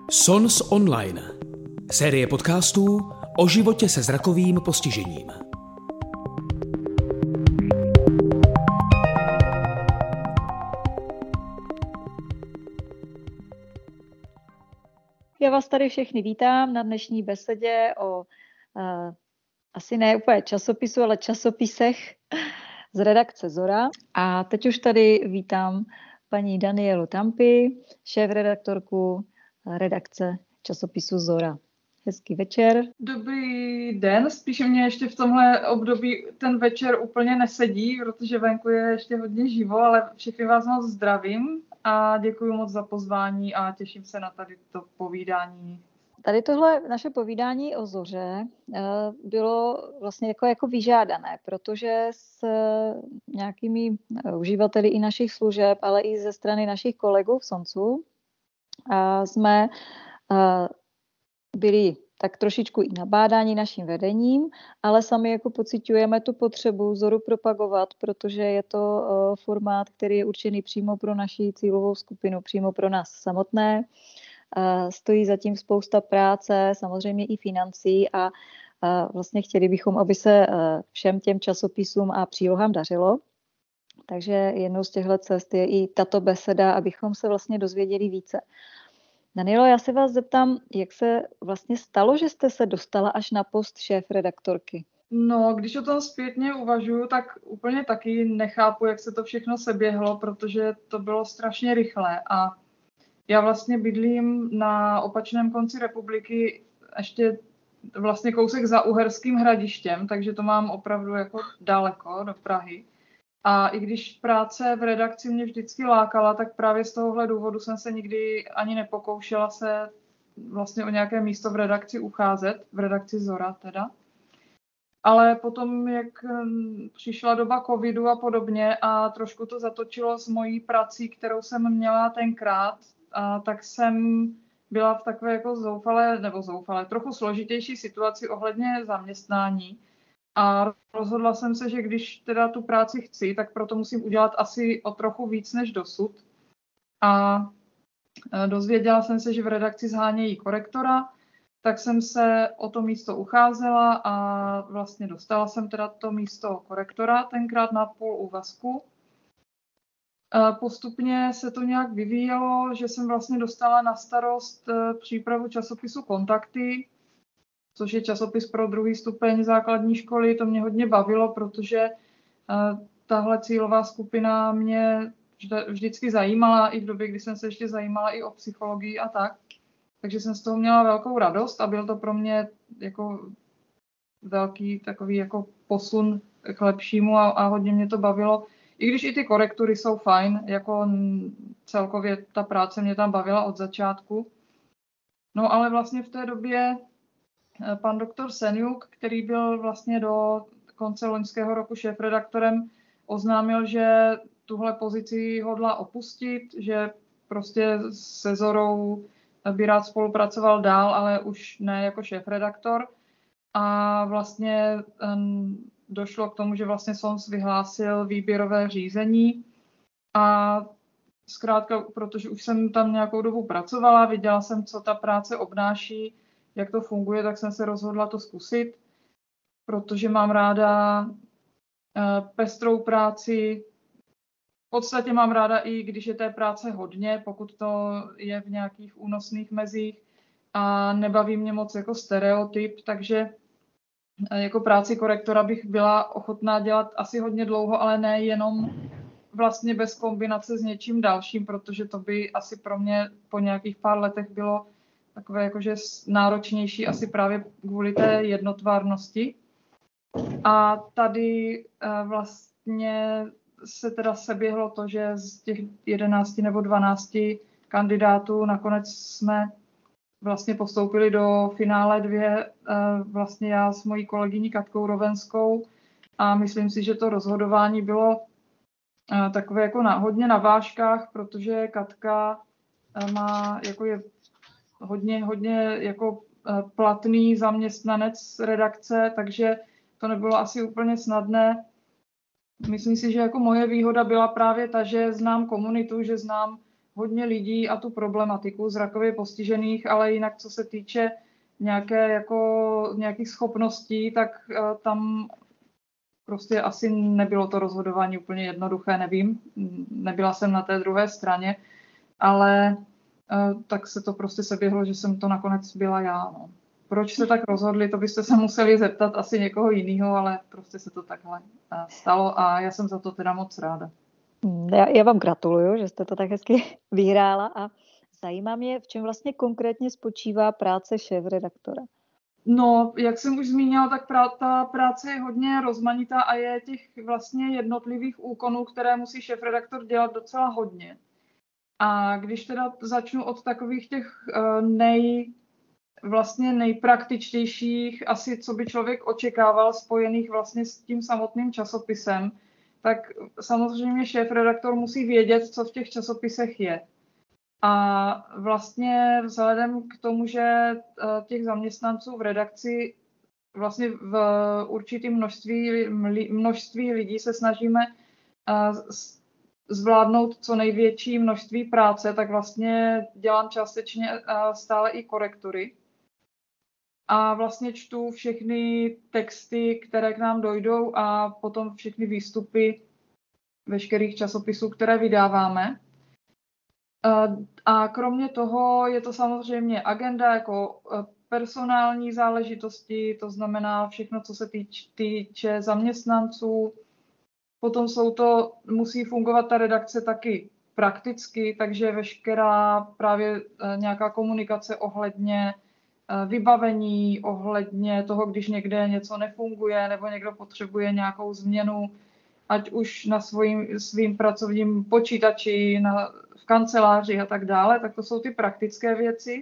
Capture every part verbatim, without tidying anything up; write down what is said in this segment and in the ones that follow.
S O N S Online. Série podcastů o životě se zrakovým postižením. Já vás tady všechny vítám na dnešní besedě o uh, asi ne úplně časopisu, ale časopisech z redakce Zora. A teď už tady vítám paní Danielu Tampi, šéfredaktorku redakce časopisu Zora. Hezký večer. Dobrý den, spíše mě ještě v tomhle období ten večer úplně nesedí, protože venku je ještě hodně živo, ale všechny vás moc zdravím a děkuji moc za pozvání a těším se na tady to povídání. Tady tohle naše povídání o Zoře bylo vlastně jako, jako vyžádané, protože s nějakými uživateli i našich služeb, ale i ze strany našich kolegů v Soncu jsme byli tak trošičku i nabádáni naším vedením, ale sami jako pociťujeme tu potřebu Zoru propagovat, protože je to formát, který je určený přímo pro naši cílovou skupinu, přímo pro nás samotné. Stojí zatím spousta práce, samozřejmě i financí a vlastně chtěli bychom, aby se všem těm časopisům a přílohám dařilo. Takže jednou z těchto cest je i tato beseda, abychom se vlastně dozvěděli více. Danielo, já se vás zeptám, jak se vlastně stalo, že jste se dostala až na post šéfredaktorky? No, když o tom zpětně uvažuju, tak úplně taky nechápu, jak se to všechno seběhlo, protože to bylo strašně rychlé a já vlastně bydlím na opačném konci republiky, ještě vlastně kousek za Uherským Hradištěm, takže to mám opravdu jako daleko do Prahy. A i když práce v redakci mě vždycky lákala, tak právě z tohohle důvodu jsem se nikdy ani nepokoušela se vlastně o nějaké místo v redakci ucházet, v redakci Zora teda. Ale potom, jak přišla doba covidu a podobně a trošku to zatočilo s mojí prací, kterou jsem měla tenkrát, a tak jsem byla v takové jako zoufalé, nebo zoufalé, trochu složitější situaci ohledně zaměstnání. A rozhodla jsem se, že když teda tu práci chci, tak proto musím udělat asi o trochu víc než dosud. A dozvěděla jsem se, že v redakci zhánějí korektora, tak jsem se o to místo ucházela a vlastně dostala jsem teda to místo korektora, tenkrát na půl úvazku. Postupně se to nějak vyvíjelo, že jsem vlastně dostala na starost přípravu časopisu Kontakty, což je časopis pro druhý stupeň základní školy. To mě hodně bavilo, protože tahle cílová skupina mě vždycky zajímala, i v době, kdy jsem se ještě zajímala i o psychologii a tak. Takže jsem z toho měla velkou radost a byl to pro mě jako velký takový jako posun k lepšímu a, a hodně mě to bavilo. I když i ty korektury jsou fajn, jako celkově ta práce mě tam bavila od začátku. No ale vlastně v té době pan doktor Senjuk, který byl vlastně do konce loňského roku šéfredaktorem, oznámil, že tuhle pozici hodlá opustit, že prostě se Zorou by rád spolupracoval dál, ale už ne jako šéfredaktor. A vlastně um, došlo k tomu, že vlastně S O N S vyhlásil výběrové řízení a zkrátka, protože už jsem tam nějakou dobu pracovala, viděla jsem, co ta práce obnáší, jak to funguje, tak jsem se rozhodla to zkusit, protože mám ráda uh, pestrou práci. V podstatě mám ráda i, když je té práce hodně, pokud to je v nějakých únosných mezích a nebaví mě moc jako stereotyp, takže jako práci korektora bych byla ochotná dělat asi hodně dlouho, ale ne jenom vlastně bez kombinace s něčím dalším, protože to by asi pro mě po nějakých pár letech bylo takové jakože náročnější asi právě kvůli té jednotvárnosti. A tady vlastně se teda seběhlo to, že z těch jedenácti nebo dvanácti kandidátů nakonec jsme vlastně postoupili do finále dvě, vlastně já s mojí kolegyní Katkou Rovenskou a myslím si, že to rozhodování bylo takové jako na, hodně na vážkách, protože Katka má, jako je hodně, hodně jako platný zaměstnanec redakce, takže to nebylo asi úplně snadné. Myslím si, že jako moje výhoda byla právě ta, že znám komunitu, že znám hodně lidí a tu problematiku zrakově postižených, ale jinak co se týče nějaké jako nějakých schopností, tak uh, tam prostě asi nebylo to rozhodování úplně jednoduché, nevím. Nebyla jsem na té druhé straně, ale uh, tak se to prostě seběhlo, že jsem to nakonec byla já. No. Proč se tak rozhodli, to byste se museli zeptat asi někoho jiného, ale prostě se to takhle uh, stalo a já jsem za to teda moc ráda. Já, já vám gratuluju, že jste to tak hezky vyhrála a zajímá mě, v čem vlastně konkrétně spočívá práce šéfredaktora. No, jak jsem už zmínila, tak prá- ta práce je hodně rozmanitá a je těch vlastně jednotlivých úkonů, které musí šéfredaktor dělat docela hodně. A když teda začnu od takových těch uh, nej, vlastně nejpraktičtějších, asi co by člověk očekával, spojených vlastně s tím samotným časopisem, tak samozřejmě šéfredaktor musí vědět, co v těch časopisech je. A vlastně vzhledem k tomu, že těch zaměstnanců v redakci vlastně v určitém množství, množství lidí se snažíme zvládnout co největší množství práce, tak vlastně dělám částečně stále i korektury. A vlastně čtu všechny texty, které k nám dojdou a potom všechny výstupy veškerých časopisů, které vydáváme. A kromě toho je to samozřejmě agenda jako personální záležitosti, to znamená všechno, co se týč, týče zaměstnanců. Potom jsou to, musí fungovat ta redakce taky prakticky, takže veškerá právě nějaká komunikace ohledně vybavení, ohledně toho, když někde něco nefunguje nebo někdo potřebuje nějakou změnu, ať už na svým, svým pracovním počítači, na, v kanceláři a tak dále, tak to jsou ty praktické věci.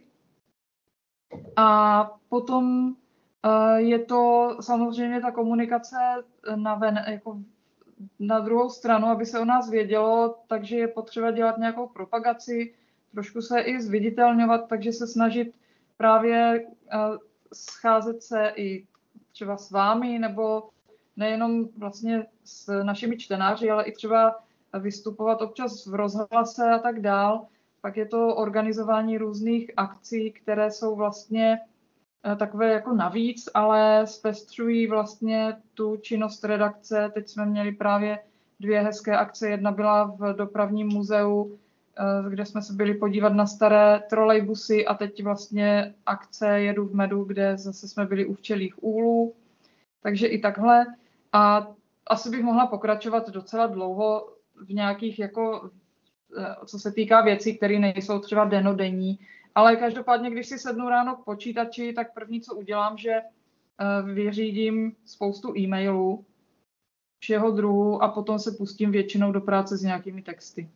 A potom uh, je to samozřejmě ta komunikace na, ven, jako na druhou stranu, aby se o nás vědělo, takže je potřeba dělat nějakou propagaci, trošku se i zviditelňovat, takže se snažit právě uh, scházet se i třeba s vámi, nebo nejenom vlastně s našimi čtenáři, ale i třeba vystupovat občas v rozhlase a tak dál. Pak je to organizování různých akcí, které jsou vlastně takové jako navíc, ale zpestřují vlastně tu činnost redakce. Teď jsme měli právě dvě hezké akce. Jedna byla v dopravním muzeu, kde jsme se byli podívat na staré trolejbusy a teď vlastně akce Jedu v medu, kde zase jsme byli u včelích úlů. Takže i takhle. A asi bych mohla pokračovat docela dlouho v nějakých, jako, co se týká věcí, které nejsou třeba denodenní. Ale každopádně, když si sednu ráno k počítači, tak první, co udělám, že vyřídím spoustu e-mailů všeho druhu a potom se pustím většinou do práce s nějakými texty.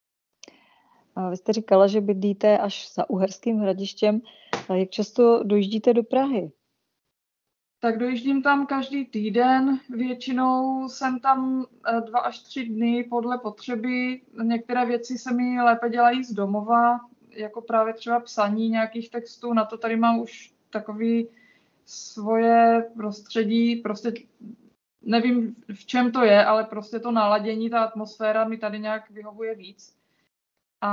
A vy jste říkala, že bydlíte až za Uherským Hradištěm. A jak často dojíždíte do Prahy? Tak dojíždím tam každý týden, většinou jsem tam dva až tři dny podle potřeby. Některé věci se mi lépe dělají z domova, jako právě třeba psaní nějakých textů. Na to tady mám už takový svoje prostředí, prostě nevím, v čem to je, ale prostě to naladění, ta atmosféra mi tady nějak vyhovuje víc. A,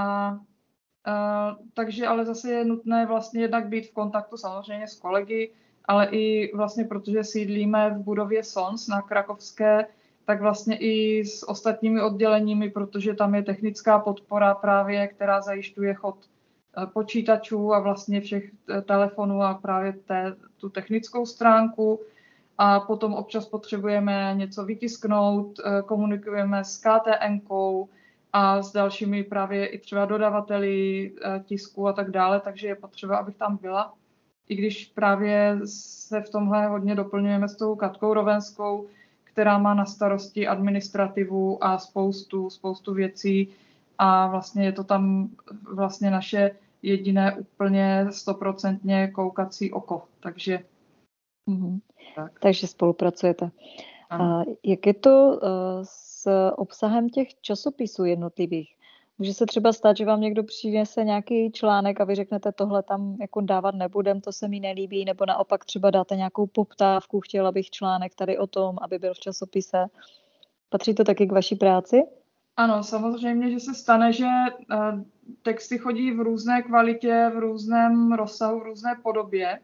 a takže ale zase je nutné vlastně jednak být v kontaktu samozřejmě s kolegy, ale i vlastně protože sídlíme v budově Sons na Krakovské, tak vlastně i s ostatními odděleními, protože tam je technická podpora právě, která zajišťuje chod počítačů a vlastně všech telefonů a právě té, tu technickou stránku. A potom občas potřebujeme něco vytisknout, komunikujeme s K T Nkou a s dalšími právě i třeba dodavateli tisku a tak dále, takže je potřeba, abych tam byla. I když právě se v tomhle hodně doplňujeme s tou Katkou Rovenskou, která má na starosti administrativu a spoustu, spoustu věcí a vlastně je to tam vlastně naše jediné úplně stoprocentně koukací oko. Takže, mm-hmm. tak. Takže spolupracujete. Ano. A jak je to uh, s obsahem těch časopisů jednotlivých? Může se třeba stát, že vám někdo přinese nějaký článek a vy řeknete, tohle tam jako dávat nebudem, to se mi nelíbí, nebo naopak třeba dáte nějakou poptávku, chtěla bych článek tady o tom, aby byl v časopise. Patří to taky k vaší práci? Ano, samozřejmě, že se stane, že texty chodí v různé kvalitě, v různém rozsahu, v různé podobě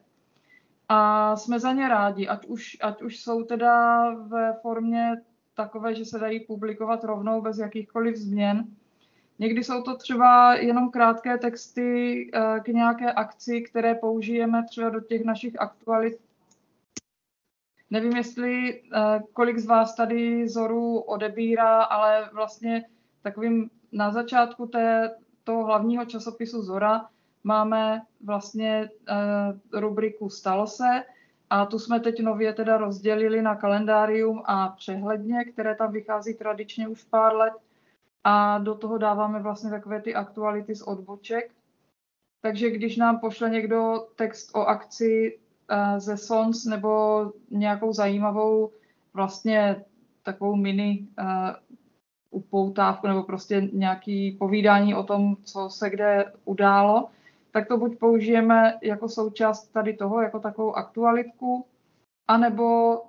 a jsme za ně rádi, ať už, ať už jsou teda ve formě takové, že se dají publikovat rovnou bez jakýchkoliv změn. Někdy jsou to třeba jenom krátké texty k nějaké akci, které použijeme třeba do těch našich aktualit. Nevím, jestli kolik z vás tady Zoru odebírá, ale vlastně takovým na začátku té, toho hlavního časopisu Zora máme vlastně rubriku Stalo se a tu jsme teď nově teda rozdělili na kalendárium a přehledně, které tam vychází tradičně už pár let a do toho dáváme vlastně takové ty aktuality z odboček. Takže když nám pošle někdo text o akci ze Sons nebo nějakou zajímavou vlastně takovou mini uh, upoutávku nebo prostě nějaký povídání o tom, co se kde událo, tak to buď použijeme jako součást tady toho, jako takovou aktualitku, anebo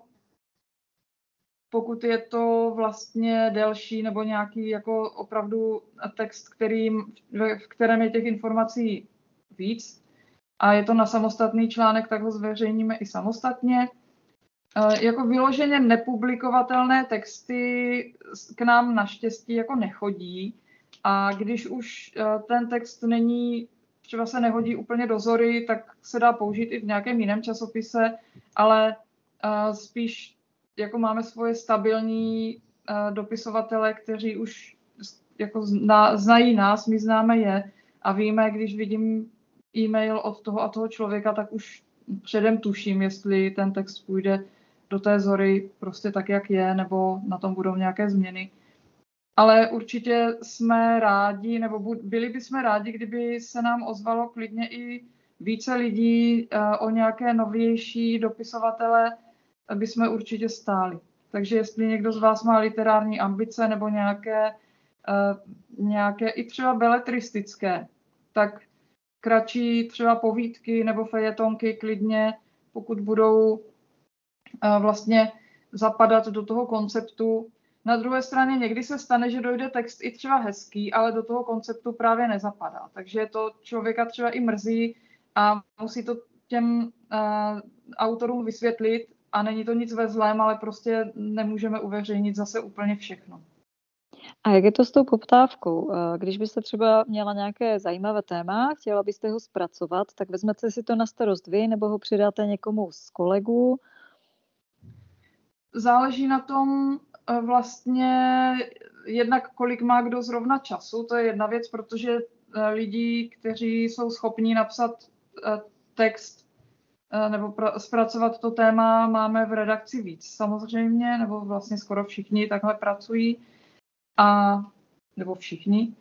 pokud je to vlastně delší nebo nějaký jako opravdu text, kterým, v kterém je těch informací víc, a je to na samostatný článek, tak ho zveřejníme i samostatně. E, jako vyloženě nepublikovatelné texty k nám naštěstí jako nechodí a když už ten text není, třeba se nehodí úplně do Zory, tak se dá použít i v nějakém jiném časopise, ale e, spíš jako máme svoje stabilní e, dopisovatele, kteří už jako zna, znají nás, my známe je a víme, když vidím e-mail od toho a toho člověka, tak už předem tuším, jestli ten text půjde do té Zory prostě tak, jak je, nebo na tom budou nějaké změny. Ale určitě jsme rádi, nebo byli bychom rádi, kdyby se nám ozvalo klidně i více lidí o nějaké novější dopisovatele, aby jsme určitě stáli. Takže jestli někdo z vás má literární ambice nebo nějaké, nějaké i třeba beletristické, tak kratší třeba povídky nebo fejetonky klidně, pokud budou vlastně zapadat do toho konceptu. Na druhé straně někdy se stane, že dojde text i třeba hezký, ale do toho konceptu právě nezapadá. Takže to člověka třeba i mrzí a musí to těm uh, autorům vysvětlit a není to nic ve zlém, ale prostě nemůžeme uveřejnit zase úplně všechno. A jak je to s tou poptávkou? Když byste třeba měla nějaké zajímavé téma, chtěla byste ho zpracovat, tak vezmete si to na starost vy nebo ho přidáte někomu z kolegů? Záleží na tom vlastně jednak, kolik má kdo zrovna času. To je jedna věc, protože lidí, kteří jsou schopní napsat text nebo zpracovat to téma, máme v redakci víc samozřejmě, nebo vlastně skoro všichni takhle pracují. A, nebo všichni.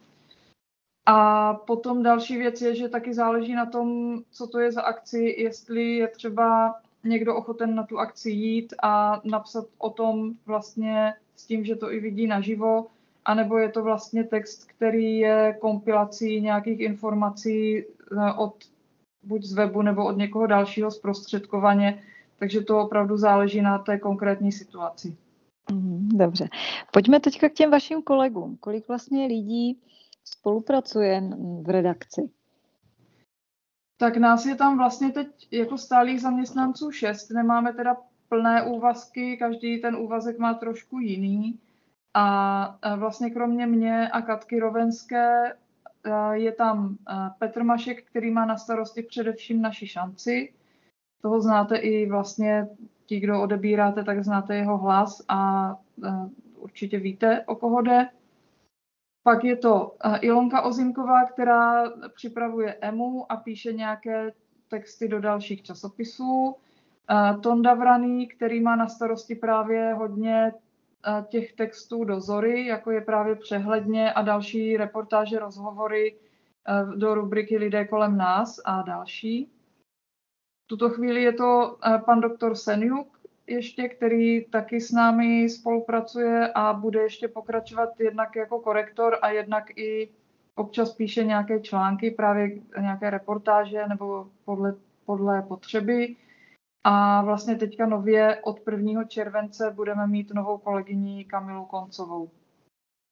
A potom další věc je, že taky záleží na tom, co to je za akci, jestli je třeba někdo ochoten na tu akci jít a napsat o tom vlastně s tím, že to i vidí naživo, anebo je to vlastně text, který je kompilací nějakých informací od buď z webu nebo od někoho dalšího zprostředkovaně, takže to opravdu záleží na té konkrétní situaci. Dobře. Pojďme teďka k těm vašim kolegům. Kolik vlastně lidí spolupracuje v redakci? Tak nás je tam vlastně teď jako stálých zaměstnanců šest. Nemáme teda plné úvazky, každý ten úvazek má trošku jiný. A vlastně kromě mě a Katky Rovenské je tam Petr Mašek, který má na starosti především Naši šanci. Toho znáte i vlastně ti, kdo odebíráte, tak znáte jeho hlas a určitě víte, o koho jde. Pak je to Ilonka Ozimková, která připravuje EMU a píše nějaké texty do dalších časopisů. Tonda Vraný, který má na starosti právě hodně těch textů do Zory, jako je právě Přehledně a další reportáže, rozhovory do rubriky Lidé kolem nás a další. V tuto chvíli je to pan doktor Senjuk, ještě, který taky s námi spolupracuje a bude ještě pokračovat jednak jako korektor a jednak i občas píše nějaké články, právě nějaké reportáže nebo podle, podle potřeby. A vlastně teďka nově od prvního července budeme mít novou kolegyni Kamilu Koncovou.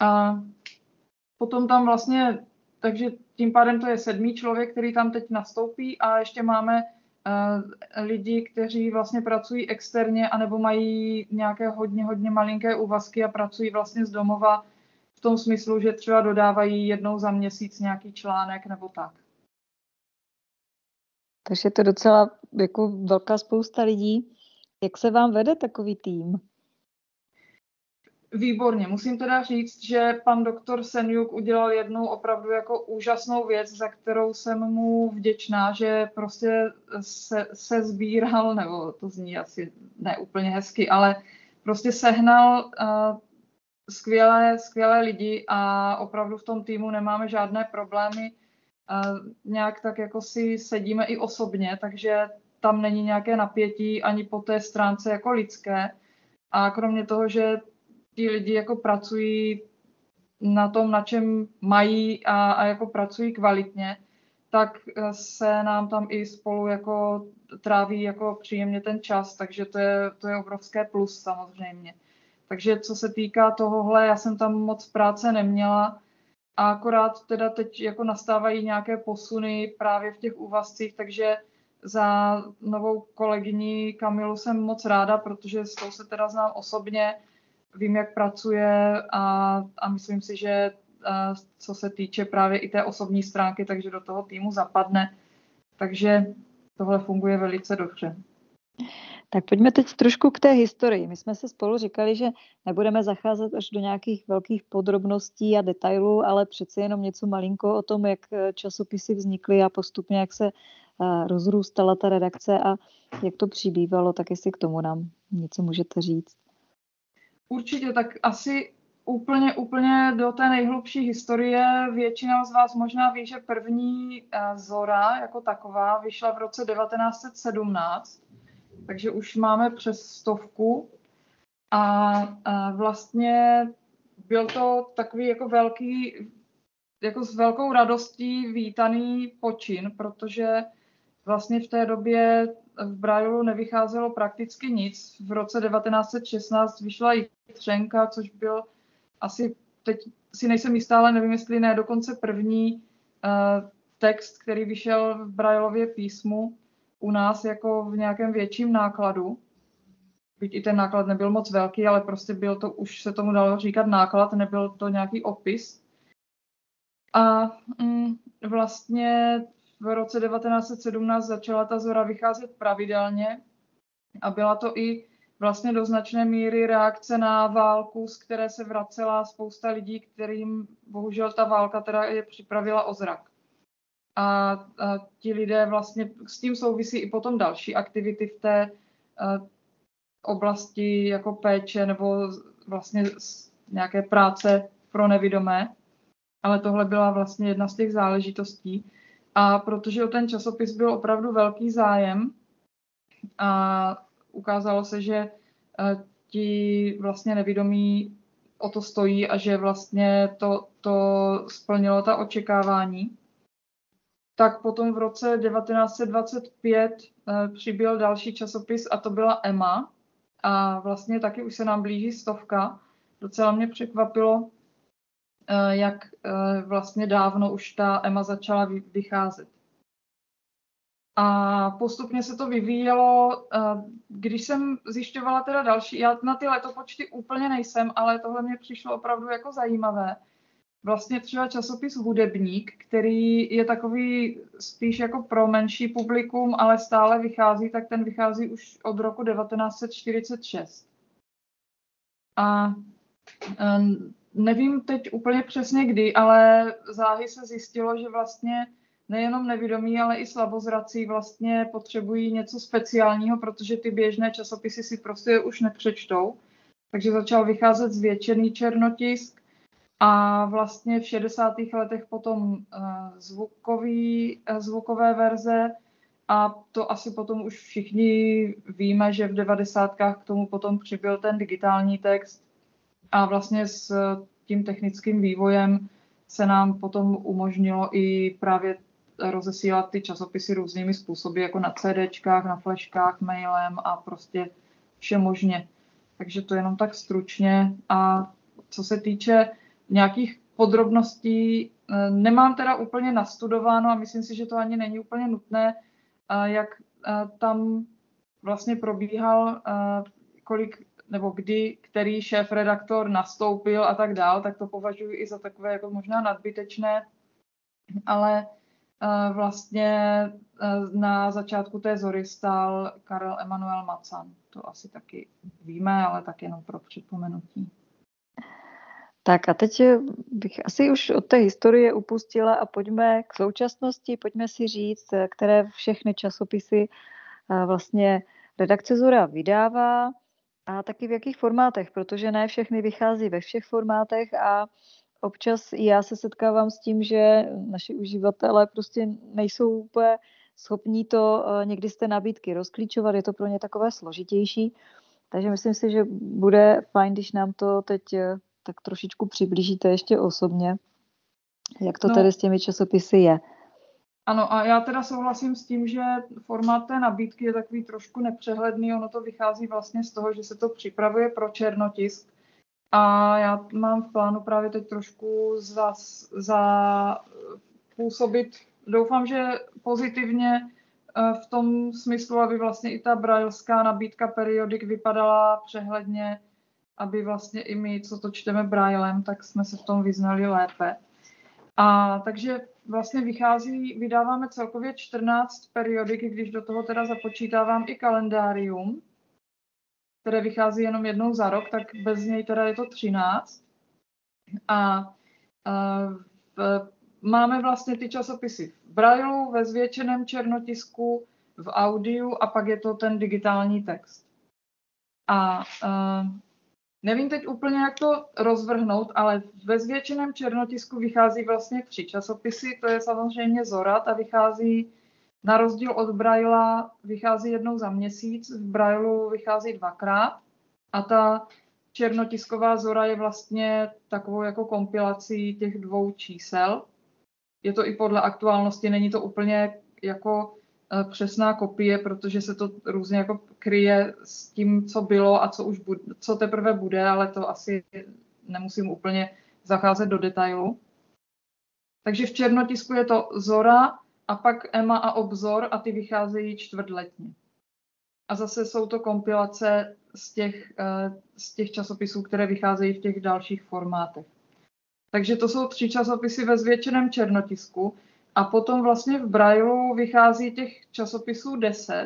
A potom tam vlastně, takže tím pádem to je sedmý člověk, který tam teď nastoupí a ještě máme uh, lidi, kteří vlastně pracují externě anebo mají nějaké hodně, hodně malinké úvazky a pracují vlastně z domova v tom smyslu, že třeba dodávají jednou za měsíc nějaký článek nebo tak. Takže je to docela jako velká spousta lidí. Jak se vám vede takový tým? Výborně. Musím teda říct, že pan doktor Senjuk udělal jednu opravdu jako úžasnou věc, za kterou jsem mu vděčná, že prostě se, se sbíral, nebo to zní asi ne úplně hezky, ale prostě sehnal uh, skvělé, skvělé lidi a opravdu v tom týmu nemáme žádné problémy. Uh, nějak tak jako si sedíme i osobně, takže tam není nějaké napětí ani po té stránce jako lidské. A kromě toho, že ti lidi jako pracují na tom, na čem mají a, a jako pracují kvalitně, tak se nám tam i spolu jako tráví jako příjemně ten čas, takže to je, to je obrovské plus samozřejmě. Takže co se týká tohohle, já jsem tam moc práce neměla a akorát teda teď jako nastávají nějaké posuny právě v těch úvazcích, takže za novou kolegyni Kamilu jsem moc ráda, protože s tou se teda znám osobně, vím, jak pracuje a, a myslím si, že a, co se týče právě i té osobní stránky, takže do toho týmu zapadne. Takže tohle funguje velice dobře. Tak pojďme teď trošku k té historii. My jsme se spolu říkali, že nebudeme zacházet až do nějakých velkých podrobností a detailů, ale přeci jenom něco malinko o tom, jak časopisy vznikly a postupně, jak se rozrůstala ta redakce a jak to přibývalo, tak jestli k tomu nám něco můžete říct. Určitě, tak asi úplně, úplně do té nejhlubší historie většina z vás možná ví, že první Zora jako taková vyšla v roce devatenáct set sedmnáct, takže už máme přes stovku a, a vlastně byl to takový jako velký, jako s velkou radostí vítaný počin, protože vlastně v té době v Brailu nevycházelo prakticky nic. V roce devatenáct set šestnáct vyšla i Třenka, což byl asi, teď si nejsem jistá, ale nevím, jestli ne, dokonce první uh, text, který vyšel v Brailově písmu u nás jako v nějakém větším nákladu. Byť i ten náklad nebyl moc velký, ale prostě byl to, už se tomu dalo říkat náklad, nebyl to nějaký opis. A mm, vlastně v roce devatenáct set sedmnáct začala ta Zora vycházet pravidelně a byla to i vlastně do značné míry reakce na válku, z které se vracela spousta lidí, kterým bohužel ta válka teda je připravila o zrak. A, a ti lidé vlastně, s tím souvisí i potom další aktivity v té a, oblasti jako péče nebo vlastně nějaké práce pro nevidomé. Ale tohle byla vlastně jedna z těch záležitostí. A protože o ten časopis byl opravdu velký zájem a ukázalo se, že ti vlastně nevidomí o to stojí a že vlastně to, to splnilo ta očekávání, tak potom v roce devatenáct set dvacet pět přibyl další časopis a to byla Emma. A vlastně taky už se nám blíží stovka. Docela mě překvapilo, jak vlastně dávno už ta Emma začala vycházet. A postupně se to vyvíjelo, když jsem zjišťovala teda další, já na ty letopočty úplně nejsem, ale tohle mě přišlo opravdu jako zajímavé. Vlastně třeba časopis Hudebník, který je takový spíš jako pro menší publikum, ale stále vychází, tak ten vychází už od roku devatenáct set čtyřicet šest. A nevím teď úplně přesně kdy, ale záhy se zjistilo, že vlastně nejenom nevidomí, ale i slabozrací vlastně potřebují něco speciálního, protože ty běžné časopisy si prostě už nepřečtou. Takže začal vycházet zvětšený černotisk a vlastně v šedesátých letech potom zvukový, zvukové verze a to asi potom už všichni víme, že v devadesátkách k tomu potom přibyl ten digitální text a vlastně s tím technickým vývojem se nám potom umožnilo i právě rozesílat ty časopisy různými způsoby, jako na CDčkách, na fleškách, mailem a prostě vše možně. Takže to jenom tak stručně. A co se týče nějakých podrobností nemám teda úplně nastudováno a myslím si, že to ani není úplně nutné, jak tam vlastně probíhal, kolik nebo kdy, který šéf-redaktor nastoupil a tak dál, tak to považuji i za takové jako možná nadbytečné, ale vlastně na začátku té Zory stál Karel Emanuel Macan. To asi taky víme, ale tak jenom pro připomenutí. Tak a teď bych asi už od té historie upustila a pojďme k současnosti, pojďme si říct, které všechny časopisy vlastně redakce Zora vydává a taky v jakých formátech, protože ne všechny vychází ve všech formátech a občas i já se setkávám s tím, že naši uživatelé prostě nejsou úplně schopní to někdy z té nabídky rozklíčovat, je to pro ně takové složitější, takže myslím si, že bude fajn, když nám to teď tak trošičku přiblížíte ještě osobně, jak to no, tedy s těmi časopisy je. Ano, a já teda souhlasím s tím, že formát té nabídky je takový trošku nepřehledný, ono to vychází vlastně z toho, že se to připravuje pro černotisk a já mám v plánu právě teď trošku za, za působit, doufám, že pozitivně v tom smyslu, aby vlastně i ta braillská nabídka periodik vypadala přehledně, aby vlastně i my, co to čteme braillem, tak jsme se v tom vyznali lépe. A takže vlastně vychází, vydáváme celkově čtrnáct periodik, když do toho teda započítávám i kalendárium, které vychází jenom jednou za rok, tak bez něj teda je to třináct. A, a v, máme vlastně ty časopisy v brailu, ve zvětšeném černotisku, v audiu a pak je to ten digitální text. A, a nevím teď úplně, jak to rozvrhnout, ale ve zvětšeném černotisku vychází vlastně tři časopisy. To je samozřejmě Zora, ta vychází na rozdíl od Brailla, vychází jednou za měsíc, v Brailu vychází dvakrát. A ta černotisková Zora je vlastně takovou jako kompilací těch dvou čísel. Je to i podle aktuálnosti, není to úplně jako přesná kopie, protože se to různě jako kryje s tím, co bylo a co už bude, co teprve bude, ale to asi nemusím úplně zacházet do detailu. Takže v černotisku je to Zora a pak Ema a Obzor a ty vycházejí čtvrtletně. A zase jsou to kompilace z těch, z těch časopisů, které vycházejí v těch dalších formátech. Takže to jsou tři časopisy ve zvětšeném černotisku. A potom vlastně v Brailu vychází těch časopisů deset.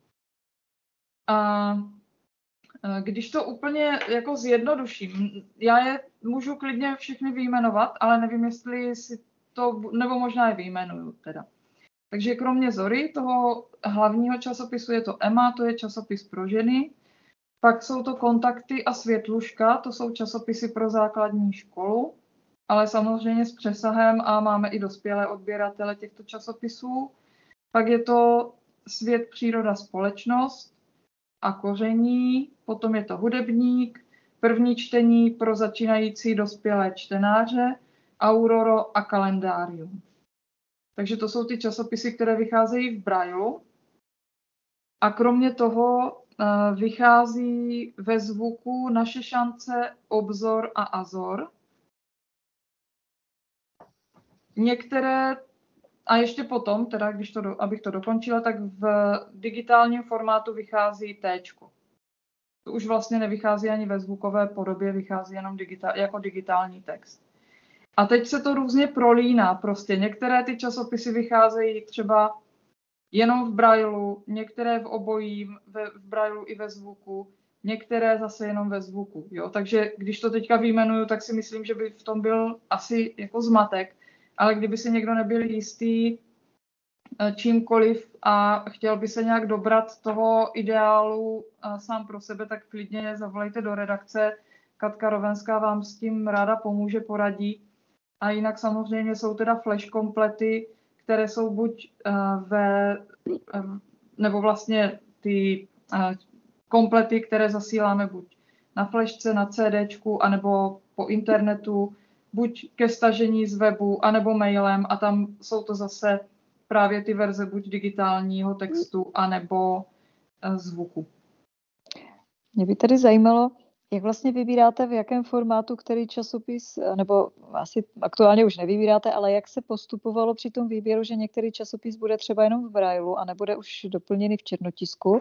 A když to úplně jako zjednoduším, já je můžu klidně všechny vyjmenovat, ale nevím, jestli si to, nebo možná je vyjmenuju teda. Takže kromě Zory, toho hlavního časopisu, je to Ema, to je časopis pro ženy. Pak jsou to Kontakty a Světluška, to jsou časopisy pro základní školu. Ale samozřejmě s přesahem a máme i dospělé odběratele těchto časopisů. Pak je to Svět, příroda, společnost a koření, potom je to Hudebník, první čtení pro začínající dospělé čtenáře, Auroro a kalendárium. Takže to jsou ty časopisy, které vycházejí v Brailu. A kromě toho vychází ve zvuku Naše šance, Obzor a Azor. Některé, a ještě potom, teda, když to do, abych to dokončila, tak v digitálním formátu vychází Téčko. To už vlastně nevychází ani ve zvukové podobě, vychází jenom digitál, jako digitální text. A teď se to různě prolíná prostě. Některé ty časopisy vycházejí třeba jenom v Brailu, některé v obojím, ve, v Brailu i ve zvuku, některé zase jenom ve zvuku. Jo? Takže když to teďka vyjmenuju, tak si myslím, že by v tom byl asi jako zmatek. Ale kdyby si někdo nebyl jistý čímkoliv a chtěl by se nějak dobrat toho ideálu sám pro sebe, tak klidně zavolejte do redakce. Katka Rovenská vám s tím ráda pomůže, poradí. A jinak samozřejmě jsou teda flash komplety, které jsou buď ve, nebo vlastně ty komplety, které zasíláme buď na flashce, na CDčku, anebo po internetu, buď ke stažení z webu, anebo mailem a tam jsou to zase právě ty verze buď digitálního textu, anebo zvuku. Mě by tady zajímalo, Jak vlastně vybíráte, v jakém formátu, který časopis, nebo asi aktuálně už nevybíráte, ale jak se postupovalo při tom výběru, že některý časopis bude třeba jenom v brailu a nebude už doplněný v černotisku?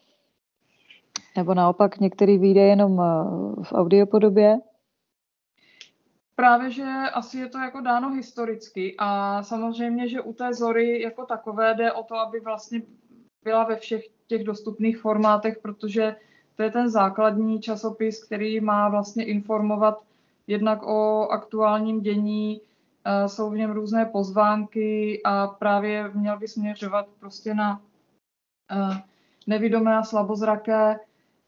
Nebo naopak některý vyjde jenom v audiopodobě? Právě, že asi je to jako dáno historicky a samozřejmě, že u té Zory jako takové jde o to, aby vlastně byla ve všech těch dostupných formátech, protože to je ten základní časopis, který má vlastně informovat jednak o aktuálním dění, jsou v něm různé pozvánky a právě měl by směřovat prostě na nevidomé a slabozraké,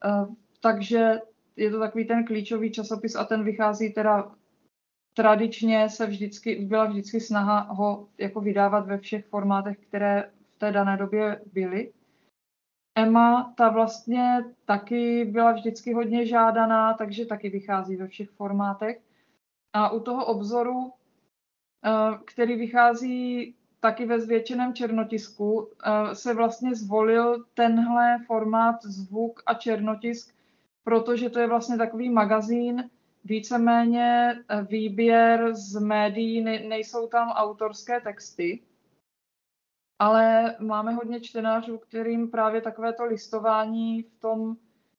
takže je to takový ten klíčový časopis a ten vychází teda tradičně se vždycky, byla vždycky snaha ho jako vydávat ve všech formátech, které v té dané době byly. Emma, ta vlastně taky byla vždycky hodně žádaná, takže taky vychází ve všech formátech. A u toho obzoru, který vychází taky ve zvětšeném černotisku, se vlastně zvolil tenhle formát zvuk a černotisk, protože to je vlastně takový magazín, víceméně výběr z médií, nejsou tam autorské texty, ale máme hodně čtenářů, kterým právě takovéto listování v tom,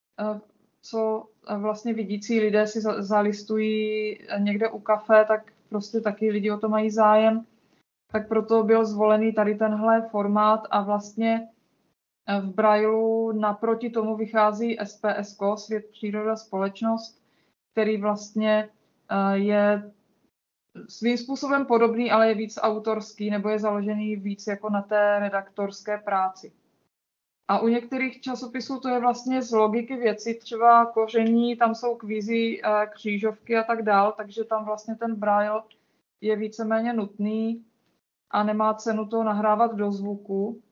co vlastně vidící lidé si zalistují někde u kafe, tak prostě taky lidi o to mají zájem. Tak proto byl zvolený tady tenhle formát a vlastně v brailu naproti tomu vychází S P S ko, Svět, příroda, společnost, který vlastně je svým způsobem podobný, ale je víc autorský nebo je založený víc jako na té redaktorské práci. A u některých časopisů to je vlastně z logiky věci, třeba Koření, tam jsou kvízy, křížovky a tak dál, takže tam vlastně ten braille je víceméně nutný a nemá cenu to nahrávat do zvuku.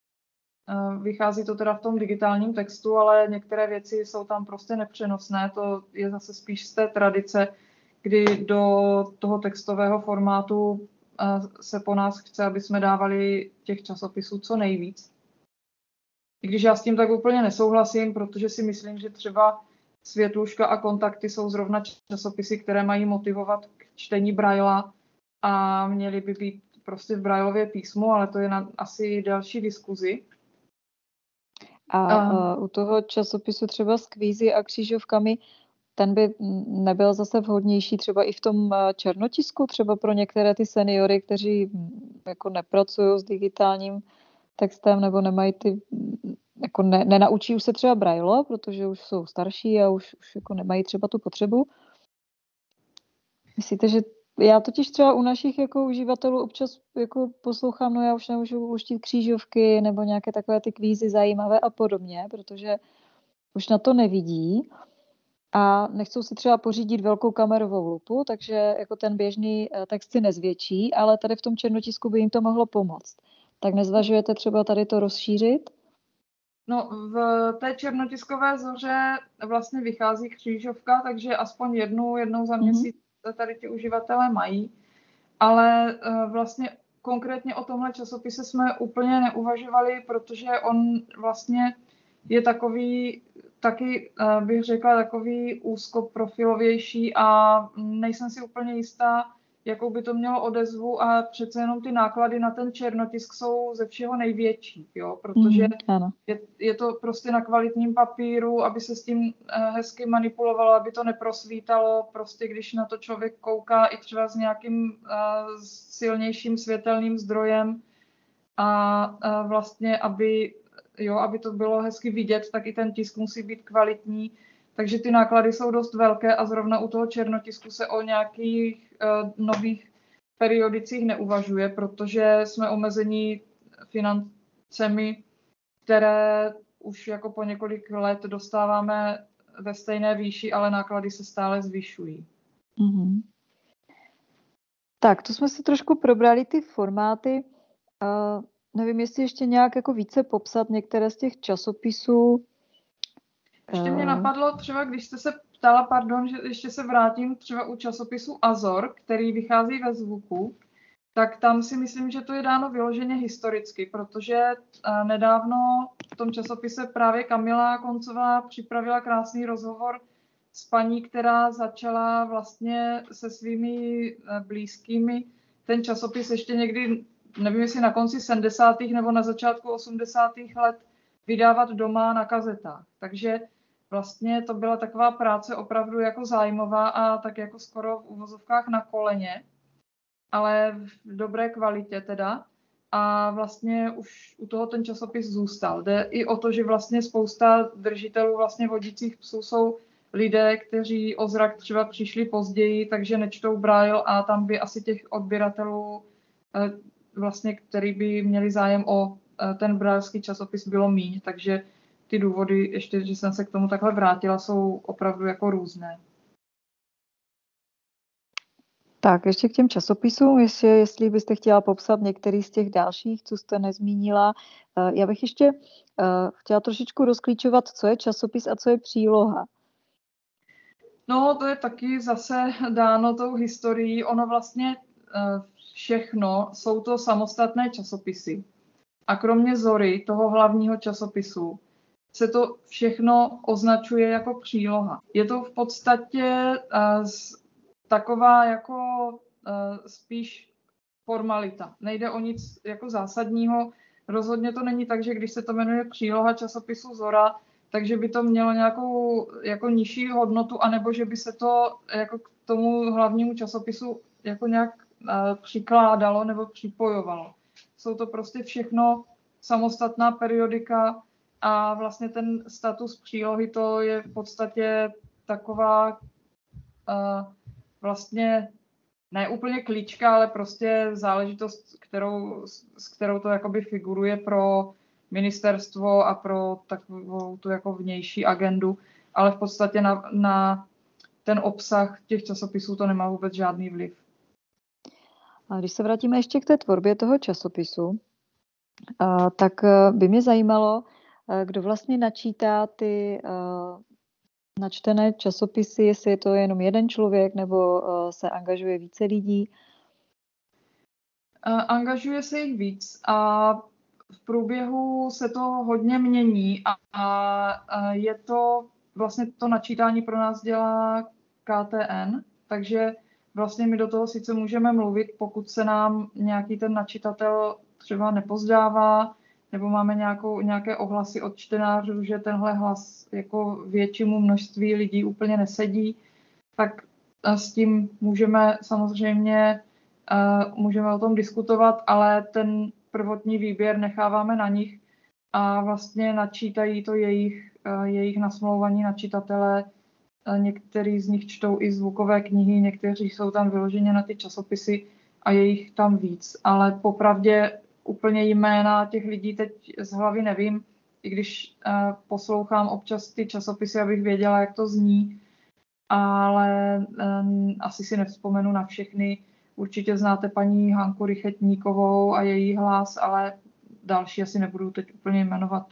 Vychází to teda v tom digitálním textu, ale některé věci jsou tam prostě nepřenosné. To je zase spíš z té tradice, kdy do toho textového formátu se po nás chce, aby jsme dávali těch časopisů co nejvíc. I když já s tím tak úplně nesouhlasím, protože si myslím, že třeba Světluška a Kontakty jsou zrovna časopisy, které mají motivovat k čtení braila a měly by být prostě v brailově písmu, ale to je na asi další diskuzi. A, a u toho časopisu třeba s kvízy a křížovkami, ten by nebyl zase vhodnější třeba i v tom černotisku, třeba pro některé ty seniory, kteří jako nepracují s digitálním textem nebo nemají ty, jako ne, nenaučí už se třeba braille, protože už jsou starší a už, už jako nemají třeba tu potřebu. Myslíte, že já totiž třeba u našich jako uživatelů občas jako poslouchám, no já už nemůžu luštit křížovky nebo nějaké takové ty kvízy zajímavé a podobně, protože už na to nevidí a nechcou si třeba pořídit velkou kamerovou lupu, takže jako ten běžný text si nezvětší, ale tady v tom černotisku by jim to mohlo pomoct. Tak nezvažujete třeba tady to rozšířit? No, v té černotiskové Zoře vlastně vychází křížovka, takže aspoň jednu, jednou za měsíc mm-hmm. tady ti uživatelé mají. Ale vlastně konkrétně o tomhle časopise jsme úplně neuvažovali, protože on vlastně je takový, taky bych řekla, takový úzkoprofilovější a nejsem si úplně jistá, jakou by to mělo odezvu a přece jenom ty náklady na ten černotisk jsou ze všeho největší, jo? Protože mm, je, je to prostě na kvalitním papíru, aby se s tím hezky manipulovalo, aby to neprosvítalo, prostě když na to člověk kouká i třeba s nějakým uh, silnějším světelným zdrojem a uh, vlastně, aby, jo, aby to bylo hezky vidět, tak i ten tisk musí být kvalitní. Takže ty náklady jsou dost velké a zrovna u toho černotisku se o nějakých uh, nových periodicích neuvažuje, protože jsme omezení financemi, které už jako po několik let dostáváme ve stejné výši, ale náklady se stále zvyšují. Mm-hmm. Tak, to jsme si trošku probrali ty formáty. Uh, nevím, jestli ještě nějak jako více popsat některé z těch časopisů. Ještě mě napadlo třeba, když jste se ptala, pardon, že ještě se vrátím třeba u časopisu Azor, který vychází ve zvuku, tak tam si myslím, že to je dáno vyloženě historicky, protože nedávno v tom časopise právě Kamila Koncová připravila krásný rozhovor s paní, která začala vlastně se svými blízkými ten časopis ještě někdy, nevím jestli na konci sedmdesátých nebo na začátku osmdesátých let, vydávat doma na kazetách. Takže vlastně to byla taková práce opravdu jako zájmová a tak jako skoro v uvozovkách na koleně, ale v dobré kvalitě teda. A vlastně už u toho ten časopis zůstal. Jde i o to, že vlastně spousta držitelů vlastně vodících psů jsou lidé, kteří o zrak třeba přišli později, takže nečtou Braille a tam by asi těch odběratelů, vlastně, který by měli zájem o ten brailleský časopis, bylo míň. Takže ty důvody, ještě, že jsem se k tomu takhle vrátila, jsou opravdu jako různé. Tak, ještě k těm časopisům, ještě, jestli byste chtěla popsat některý z těch dalších, co jste nezmínila. Já bych ještě chtěla trošičku rozklíčovat, co je časopis a co je příloha. No, to je taky zase dáno tou historií. Ono vlastně všechno jsou to samostatné časopisy. A kromě Zory, toho hlavního časopisu, se to všechno označuje jako příloha. Je to v podstatě uh, taková jako uh, spíš formalita. Nejde o nic jako zásadního. Rozhodně to není tak, že když se to jmenuje příloha časopisu Zora, takže by to mělo nějakou jako nižší hodnotu, anebo že by se to jako k tomu hlavnímu časopisu jako nějak uh, přikládalo nebo připojovalo. Jsou to prostě všechno samostatná periodika a vlastně ten status přílohy, to je v podstatě taková uh, vlastně ne úplně klíčka, ale prostě záležitost, kterou, s kterou to jakoby figuruje pro ministerstvo a pro takovou tu jako vnější agendu, ale v podstatě na, na ten obsah těch časopisů to nemá vůbec žádný vliv. A když se vrátíme ještě k té tvorbě toho časopisu, tak by mě zajímalo, kdo vlastně načítá ty načtené časopisy, jestli je to jenom jeden člověk nebo se angažuje více lidí. Angažuje se jich víc a v průběhu se to hodně mění a je to vlastně to načítání pro nás dělá K T N, takže vlastně my do toho sice můžeme mluvit, pokud se nám nějaký ten načítatel třeba nepozdává, nebo máme nějakou, nějaké ohlasy od čtenářů, že tenhle hlas jako většímu množství lidí úplně nesedí, tak s tím můžeme samozřejmě můžeme o tom diskutovat, ale ten prvotní výběr necháváme na nich a vlastně načítají to jejich, jejich nasmlouvaní načitatelé. Někteří z nich čtou i zvukové knihy, někteří jsou tam vyloženě na ty časopisy a je jich tam víc. Ale popravdě úplně jména těch lidí teď z hlavy nevím, i když uh, poslouchám občas ty časopisy, abych věděla, jak to zní, ale um, asi si nevzpomenu na všechny. Určitě znáte paní Hanku Rychetníkovou a její hlas, ale další asi nebudu teď úplně jmenovat.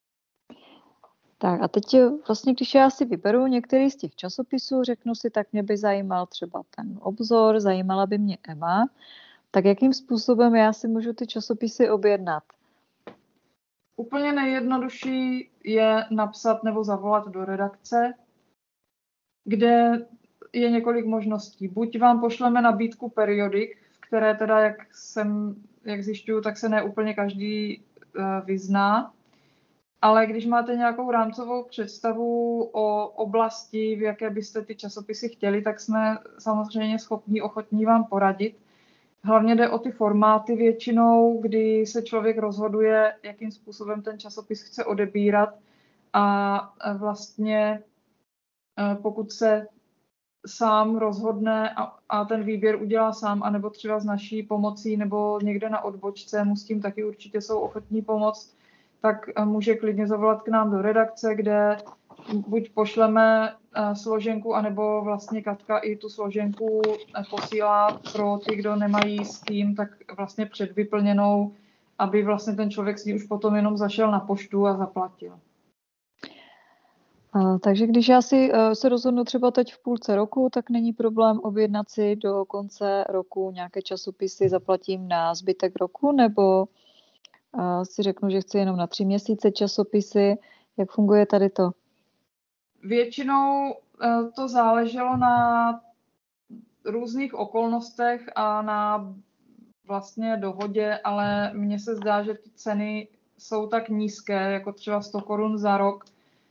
Tak a teď vlastně, když já si vyberu některý z těch časopisů, řeknu si, tak mě by zajímal třeba ten Obzor, zajímala by mě Ema, tak jakým způsobem já si můžu ty časopisy objednat? Úplně nejjednodušší je napsat nebo zavolat do redakce, kde je několik možností. Buď vám pošleme nabídku periodik, v které teda, jak, jsem, jak zjišťuju, tak se ne úplně každý uh, vyzná, ale když máte nějakou rámcovou představu o oblasti, v jaké byste ty časopisy chtěli, tak jsme samozřejmě schopní, ochotní vám poradit. Hlavně jde o ty formáty většinou, kdy se člověk rozhoduje, jakým způsobem ten časopis chce odebírat a vlastně pokud se sám rozhodne a, a ten výběr udělá sám, anebo třeba s naší pomocí nebo někde na odbočce, mu s tím taky určitě jsou ochotní pomoct, tak může klidně zavolat k nám do redakce, kde buď pošleme složenku, anebo vlastně Katka i tu složenku posílá pro ty, kdo nemají s tím, tak vlastně předvyplněnou, aby vlastně ten člověk s ní už potom jenom zašel na poštu a zaplatil. A, takže když já si uh, se rozhodnu třeba teď v půlce roku, tak není problém objednat si do konce roku nějaké časopisy, zaplatím na zbytek roku, nebo uh, si řeknu, že chci jenom na tři měsíce časopisy. Jak funguje tady to? Většinou to záleželo na různých okolnostech a na vlastně dohodě, ale mně se zdá, že ty ceny jsou tak nízké, jako třeba sto korun za rok,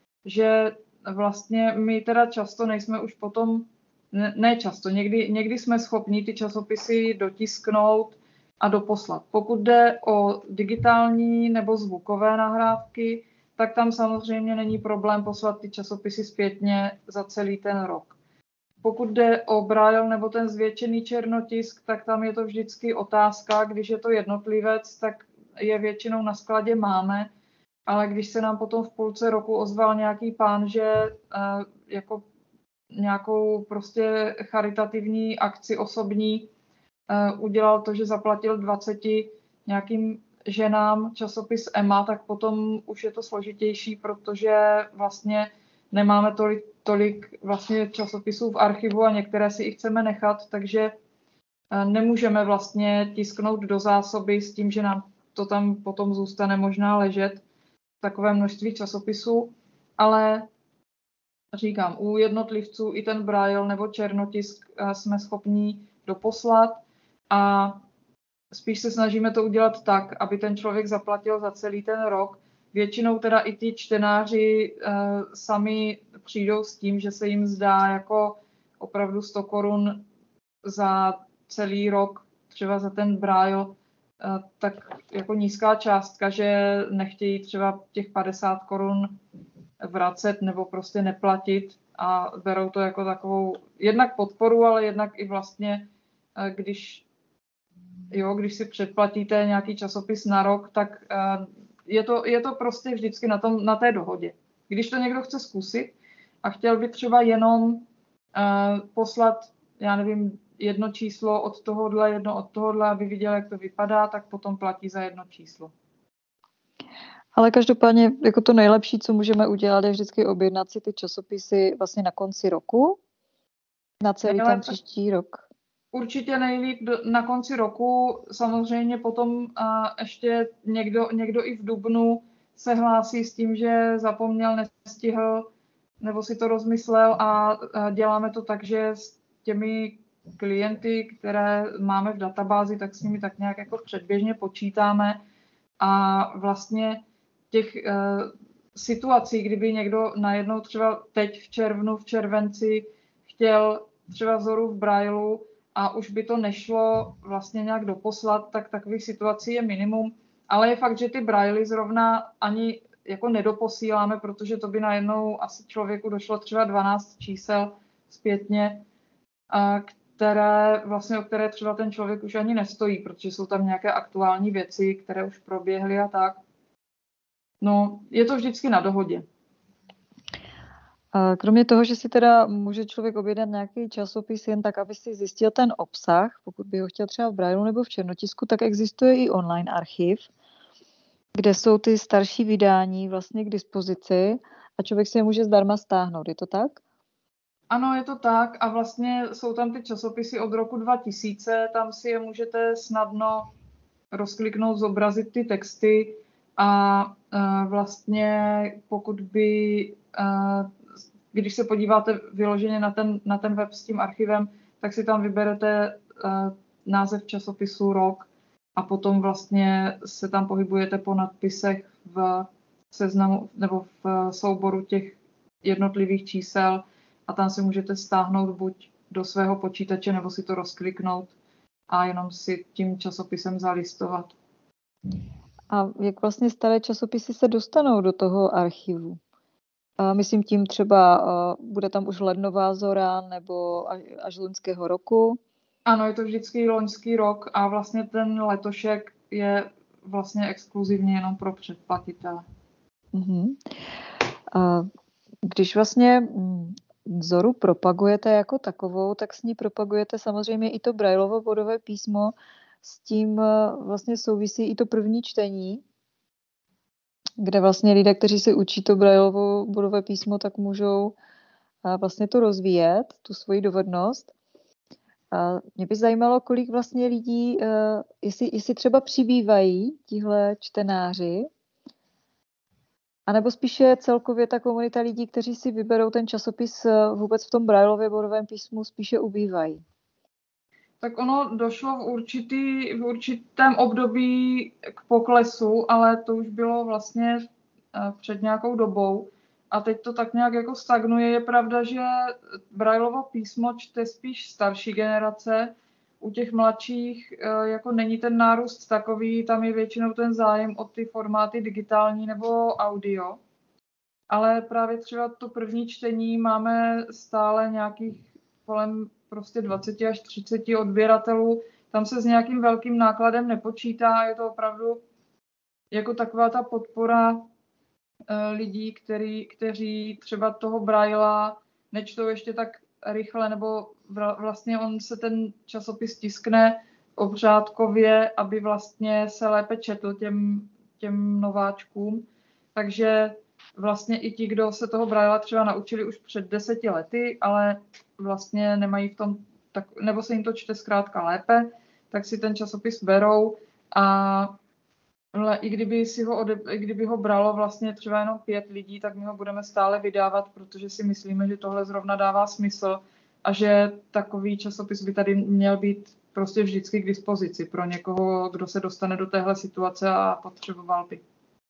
že vlastně my teda často nejsme už potom, ne, ne často, někdy, někdy jsme schopni ty časopisy dotisknout a doposlat. Pokud jde o digitální nebo zvukové nahrávky, tak tam samozřejmě není problém poslat ty časopisy zpětně za celý ten rok. Pokud jde o braille nebo ten zvětšený černotisk, tak tam je to vždycky otázka. Když je to jednotlivec, tak je většinou na skladě máme, ale když se nám potom v půlce roku ozval nějaký pán, že uh, jako nějakou prostě charitativní akci osobní uh, udělal to, že zaplatil dvaceti nějakým ženám časopis Emma, tak potom už je to složitější, protože vlastně nemáme tolik, tolik vlastně časopisů v archivu a některé si i chceme nechat, takže nemůžeme vlastně tisknout do zásoby s tím, že nám to tam potom zůstane možná ležet takové množství časopisů, ale říkám, u jednotlivců i ten braille nebo černotisk jsme schopni doposlat a spíš se snažíme to udělat tak, aby ten člověk zaplatil za celý ten rok. Většinou teda i ti čtenáři e, sami přijdou s tím, že se jim zdá jako opravdu sto korun za celý rok, třeba za ten braille, e, tak jako nízká částka, že nechtějí třeba těch padesát korun vracet nebo prostě neplatit a berou to jako takovou jednak podporu, ale jednak i vlastně, e, když, jo, když si předplatíte nějaký časopis na rok, tak e, Je to, je to prostě vždycky na, tom, na té dohodě. Když to někdo chce zkusit a chtěl by třeba jenom uh, poslat, já nevím, jedno číslo od tohohle, jedno od tohohle, aby viděl, jak to vypadá, tak potom platí za jedno číslo. Ale každopádně jako to nejlepší, co můžeme udělat, je vždycky objednat si ty časopisy vlastně na konci roku, na celý Nejlépe, ten příští rok. Určitě nejlíp na konci roku, samozřejmě potom uh, ještě někdo, někdo i v dubnu se hlásí s tím, že zapomněl, nestihl, nebo si to rozmyslel a uh, děláme to tak, že s těmi klienty, které máme v databázi, tak s nimi tak nějak jako předběžně počítáme a vlastně těch uh, situací, kdyby někdo najednou třeba teď v červnu, v červenci chtěl třeba vzoru v brailu a už by to nešlo vlastně nějak doposlat, tak takových situací je minimum. Ale je fakt, že ty braily zrovna ani jako nedoposíláme, protože to by najednou asi člověku došlo třeba dvanáct čísel zpětně, které vlastně, o které třeba ten člověk už ani nestojí, protože jsou tam nějaké aktuální věci, které už proběhly a tak. No, je to vždycky na dohodě. Kromě toho, že si teda může člověk objednat nějaký časopis jen tak, aby si zjistil ten obsah, pokud by ho chtěl třeba v brailu nebo v černotisku, tak existuje i online archiv, kde jsou ty starší vydání vlastně k dispozici a člověk si je může zdarma stáhnout. Je to tak? Ano, je to tak a vlastně jsou tam ty časopisy od roku dva tisíce, tam si je můžete snadno rozkliknout, zobrazit ty texty a uh, vlastně pokud by, uh, když se podíváte vyloženě na ten, na ten web s tím archivem, tak si tam vyberete uh, název časopisu, rok a potom vlastně se tam pohybujete po nadpisech v seznamu nebo v souboru těch jednotlivých čísel a tam si můžete stáhnout buď do svého počítače nebo si to rozkliknout a jenom si tím časopisem zalistovat. A jak vlastně staré časopisy se dostanou do toho archivu? A myslím tím třeba, bude tam už lednová zora nebo až z loňského roku? Ano, je to vždycky loňský rok a vlastně ten letošek je vlastně exkluzivně jenom pro předplatitele. Uh-huh. A když vlastně Zoru propagujete jako takovou, tak s ní propagujete samozřejmě i to Braillovo bodové písmo, s tím vlastně souvisí i to první čtení, kde vlastně lidé, kteří se učí to Braillovo bodové písmo, tak můžou vlastně to rozvíjet, tu svoji dovednost. A mě by zajímalo, kolik vlastně lidí, jestli, jestli třeba přibývají tihle čtenáři, A nebo spíše celkově ta komunita lidí, kteří si vyberou ten časopis vůbec v tom Braillově bodovém písmu, spíše ubývají? Tak ono došlo v, určitý, v určitém období k poklesu, ale to už bylo vlastně před nějakou dobou. A teď to tak nějak jako stagnuje. Je pravda, že Braillovo písmo čte spíš starší generace. U těch mladších jako není ten nárůst takový, tam je většinou ten zájem o ty formáty digitální nebo audio. Ale právě třeba to první čtení máme stále nějakých kolem prostě dvacet až třicet odběratelů. Tam se s nějakým velkým nákladem nepočítá. Je to opravdu jako taková ta podpora lidí, který, kteří třeba toho Brailla nečtou ještě tak rychle, nebo vlastně on se ten časopis tiskne obřádkově, aby vlastně se lépe četl těm, těm nováčkům. Takže vlastně i ti, kdo se toho Brailla třeba naučili už před deseti lety, ale vlastně nemají v tom, tak, nebo se jim to čte zkrátka lépe, tak si ten časopis berou a ale i kdyby, si ho ode, i kdyby ho bralo vlastně třeba jenom pět lidí, tak my ho budeme stále vydávat, protože si myslíme, že tohle zrovna dává smysl a že takový časopis by tady měl být prostě vždycky k dispozici pro někoho, kdo se dostane do téhle situace a potřeboval by.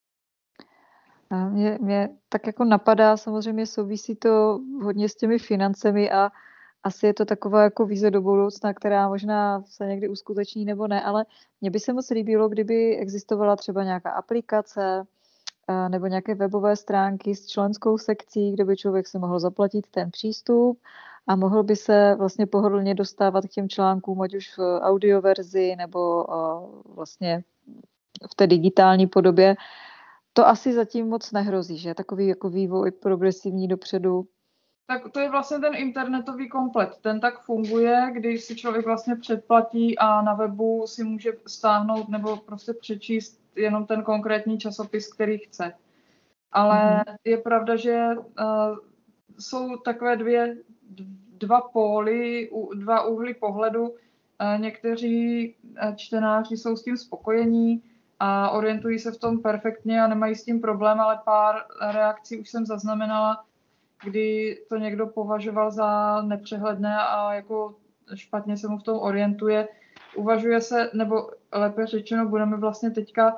Mě, mě tak jako napadá, samozřejmě souvisí to hodně s těmi financemi a asi je to taková jako vize do budoucna, která možná se někdy uskuteční nebo ne, ale mně by se moc líbilo, kdyby existovala třeba nějaká aplikace nebo nějaké webové stránky s členskou sekcí, kde by člověk si mohl zaplatit ten přístup a mohl by se vlastně pohodlně dostávat k těm článkům, ať už v audioverzi nebo vlastně v té digitální podobě. To asi zatím moc nehrozí, že? Takový jako vývoj progresivní dopředu. Tak to je vlastně ten internetový komplet. Ten tak funguje, když si člověk vlastně předplatí a na webu si může stáhnout nebo prostě přečíst jenom ten konkrétní časopis, který chce. Ale mm-hmm. je pravda, že uh, jsou takové dvě, dva póly, dva úhly pohledu. Uh, někteří čtenáři jsou s tím spokojení a orientují se v tom perfektně a nemají s tím problém, ale pár reakcí už jsem zaznamenala, kdy to někdo považoval za nepřehledné a jako špatně se mu v tom orientuje. Uvažuje se, nebo lépe řečeno, budeme vlastně teďka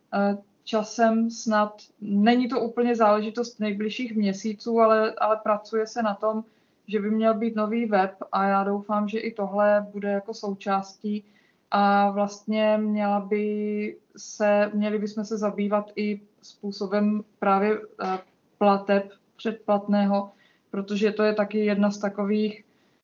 časem snad, není to úplně záležitost nejbližších měsíců, ale, ale pracuje se na tom, že by měl být nový web a já doufám, že i tohle bude jako součástí a vlastně měla by se, měli bychom se zabývat i způsobem právě plateb předplatného, protože to je taky jedna z takových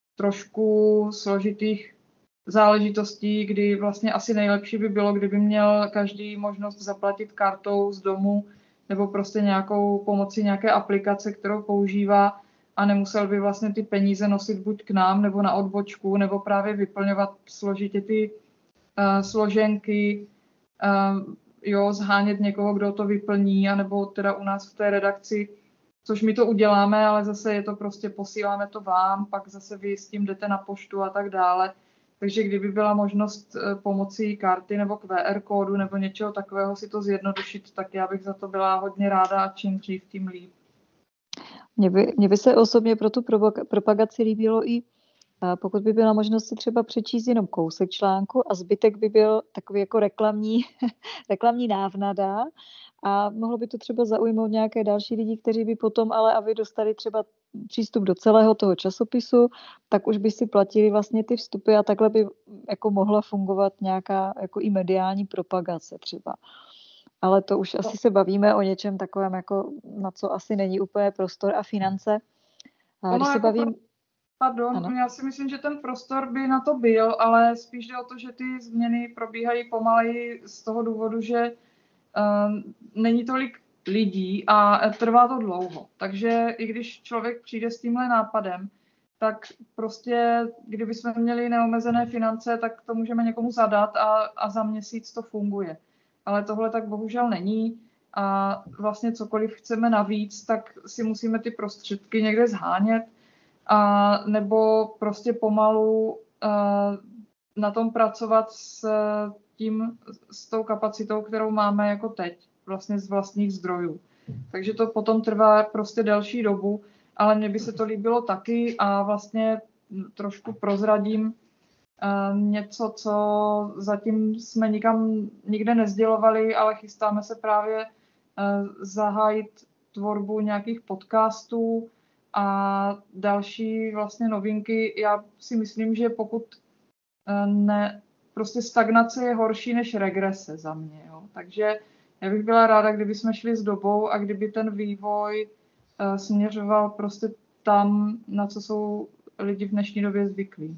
trošku složitých záležitostí, kdy vlastně asi nejlepší by bylo, kdyby měl každý možnost zaplatit kartou z domu nebo prostě nějakou pomocí nějaké aplikace, kterou používá a nemusel by vlastně ty peníze nosit buď k nám nebo na odbočku, nebo právě vyplňovat složitě ty uh, složenky, uh, jo, zhánět někoho, kdo to vyplní, anebo teda u nás v té redakci, což my to uděláme, ale zase je to prostě, posíláme to vám, pak zase vy s tím jdete na poštu a tak dále. Takže kdyby byla možnost pomocí karty nebo Q R kódu nebo něčeho takového si to zjednodušit, tak já bych za to byla hodně ráda a čím dřív, tím líp. Mně by, mně by se osobně pro tu propagaci líbilo i, pokud by byla možnost si třeba přečíst jenom kousek článku a zbytek by byl takový jako reklamní, reklamní návnada a mohlo by to třeba zaujmout nějaké další lidi, kteří by potom ale, aby dostali třeba přístup do celého toho časopisu, tak už by si platili vlastně ty vstupy a takhle by jako mohla fungovat nějaká jako i mediální propagace třeba. Ale to už asi se bavíme o něčem takovém, jako na co asi není úplně prostor a finance. A když se jako bavím... Pro... Pardon, ano. Já si myslím, že ten prostor by na to byl, ale spíš jde o to, že ty změny probíhají pomaleji z toho důvodu, že uh, není tolik lidí a trvá to dlouho. Takže i když člověk přijde s tímhle nápadem, tak prostě, kdybychom měli neomezené finance, tak to můžeme někomu zadat a, a za měsíc to funguje. Ale tohle tak bohužel není a vlastně cokoliv chceme navíc, tak si musíme ty prostředky někde zhánět a nebo prostě pomalu uh, na tom pracovat s tím, s tou kapacitou, kterou máme jako teď, vlastně z vlastních zdrojů. takže to potom trvá prostě delší dobu, ale mně by se to líbilo taky a vlastně trošku prozradím uh, něco, co zatím jsme nikam nikde nezdělovali, ale chystáme se právě uh, zahájit tvorbu nějakých podcastů a další vlastně novinky. Já si myslím, že pokud uh, ne, prostě stagnace je horší než regrese za mě. Jo. Takže já bych byla ráda, kdyby jsme šli s dobou a kdyby ten vývoj uh, směřoval prostě tam, na co jsou lidi v dnešní době zvyklí.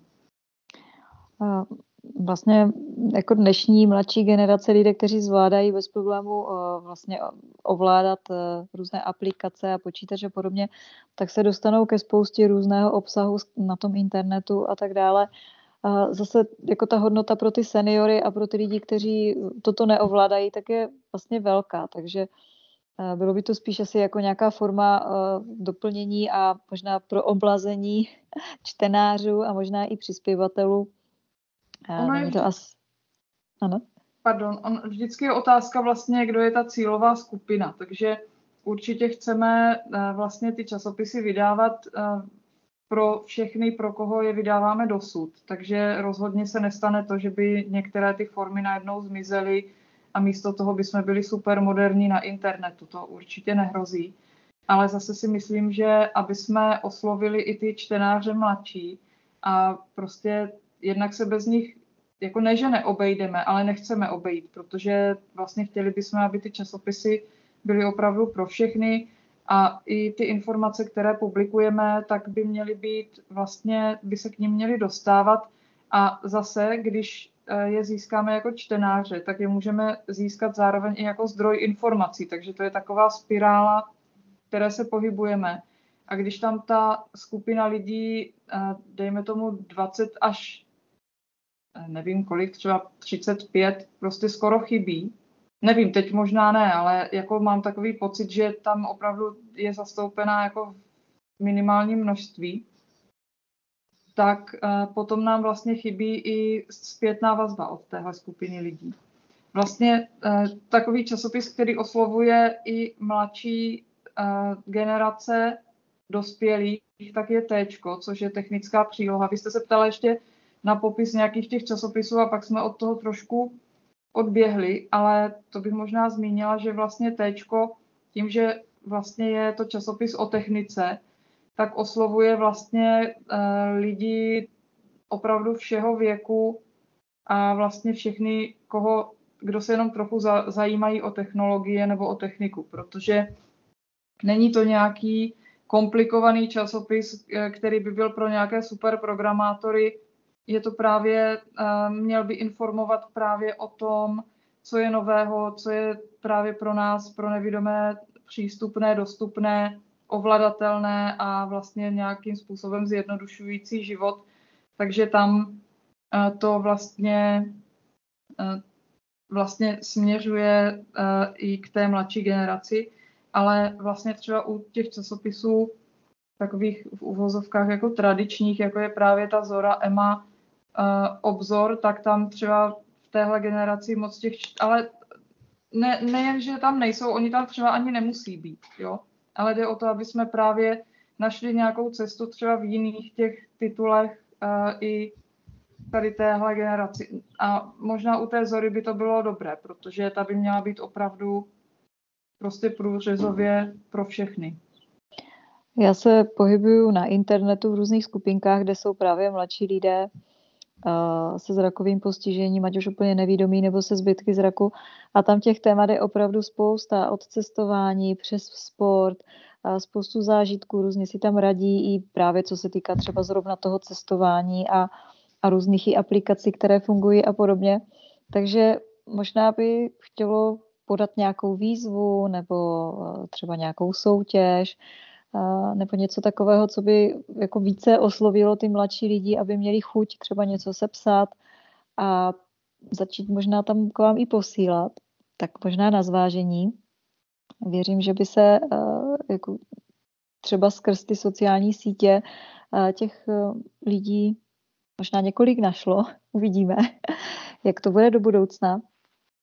Vlastně jako dnešní mladší generace lidé, kteří zvládají bez problému vlastně ovládat různé aplikace a počítače a podobně, tak se dostanou ke spoustě různého obsahu na tom internetu a tak dále. Zase jako ta hodnota pro ty seniory a pro ty lidi, kteří toto neovládají, tak je vlastně velká, takže bylo by to spíš asi jako nějaká forma doplnění a možná pro oblazení čtenářů a možná i přispěvatelů. Ono je vždy... to asi... Ano? Pardon, on, vždycky je otázka vlastně, kdo je ta cílová skupina, takže určitě chceme vlastně ty časopisy vydávat pro všechny, pro koho je vydáváme dosud. Takže rozhodně se nestane to, že by některé ty formy najednou zmizely a místo toho by jsme byli super moderní na internetu. To určitě nehrozí. Ale zase si myslím, že aby jsme oslovili i ty čtenáře mladší a prostě jednak se bez nich, jako ne, že neobejdeme, ale nechceme obejít, protože vlastně chtěli bychom, aby ty časopisy byly opravdu pro všechny a i ty informace, které publikujeme, tak by měly být, vlastně by se k nim měly dostávat a zase, když je získáme jako čtenáře, tak je můžeme získat zároveň i jako zdroj informací, takže to je taková spirála, které se pohybujeme. A když tam ta skupina lidí, dejme tomu dvacet až nevím kolik, třeba třicet pět, prostě skoro chybí. Nevím, teď možná ne, ale jako mám takový pocit, že tam opravdu je zastoupená jako v minimálním množství, tak potom nám vlastně chybí i zpětná vazba od téhle skupiny lidí. Vlastně takový časopis, který oslovuje i mladší generace dospělých, tak je Téčko, což je technická příloha. Vy jste se ptala ještě na popis nějakých těch časopisů a pak jsme od toho trošku odběhli, ale to bych možná zmínila, že vlastně Téčko, tím, že vlastně je to časopis o technice, tak oslovuje vlastně uh, lidi opravdu všeho věku a vlastně všechny, koho, kdo se jenom trochu za, zajímají o technologie nebo o techniku, protože není to nějaký komplikovaný časopis, který by byl pro nějaké super programátory. Je to právě, měl by informovat právě o tom, co je nového, co je právě pro nás, pro nevidomé, přístupné, dostupné, ovladatelné a vlastně nějakým způsobem zjednodušující život. Takže tam to vlastně, vlastně směřuje i k té mladší generaci, ale vlastně třeba u těch časopisů takových v uvozovkách jako tradičních, jako je právě ta Zora, Ema, Uh, Obzor, tak tam třeba v téhle generaci moc těch, ale ne, nejen, že tam nejsou, oni tam třeba ani nemusí být, jo, ale jde o to, aby jsme právě našli nějakou cestu třeba v jiných těch titulech uh, i tady téhle generaci. A možná u té Zory by to bylo dobré, protože ta by měla být opravdu prostě průřezově pro všechny. Já se pohybuju na internetu v různých skupinkách, kde jsou právě mladší lidé se zrakovým postižením, ať už úplně nevídomí nebo se zbytky zraku. A tam těch témat je opravdu spousta, od cestování přes sport, spoustu zážitků, různě si tam radí i právě co se týká třeba zrovna toho cestování a, a různých i aplikací, které fungují a podobně. Takže možná by chtělo podat nějakou výzvu nebo třeba nějakou soutěž, nebo něco takového, co by jako více oslovilo ty mladší lidi, aby měli chuť třeba něco sepsat a začít možná tam k vám i posílat, tak možná na zvážení. Věřím, že by se jako třeba skrz ty sociální sítě těch lidí možná několik našlo. Uvidíme, jak to bude do budoucna.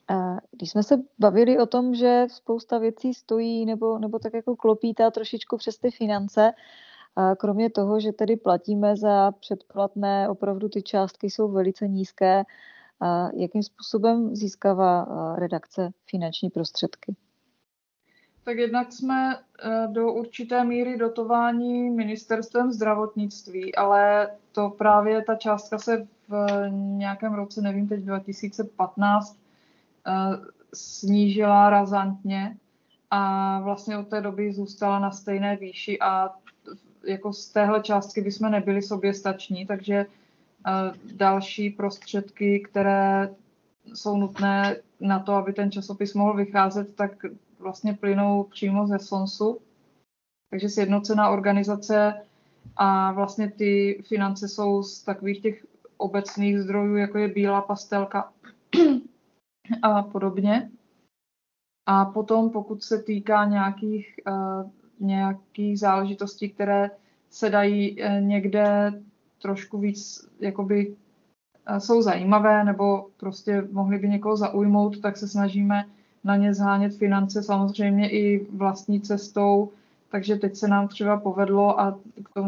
A když jsme se bavili o tom, že spousta věcí stojí nebo, nebo tak jako klopítá trošičku přes ty finance, a kromě toho, že tedy platíme za předplatné, opravdu ty částky jsou velice nízké, a jakým způsobem získává redakce finanční prostředky? Tak jednak jsme do určité míry dotováni ministerstvem zdravotnictví, ale to právě ta částka se v nějakém roce, nevím teď dva tisíce patnáct, snížila razantně a vlastně od té doby zůstala na stejné výši a jako z téhle částky bychom nebyli soběstační, takže další prostředky, které jsou nutné na to, aby ten časopis mohl vycházet, tak vlastně plynou přímo ze SONSu. Takže sjednocená organizace a vlastně ty finance jsou z takových těch obecných zdrojů, jako je Bílá pastelka a podobně. A potom, pokud se týká nějakých, uh, nějakých záležitostí, které se dají uh, někde trošku víc, jakoby uh, jsou zajímavé, nebo prostě mohly by někoho zaujmout, tak se snažíme na ně zhánět finance, samozřejmě i vlastní cestou. Takže teď se nám třeba povedlo a k tomu,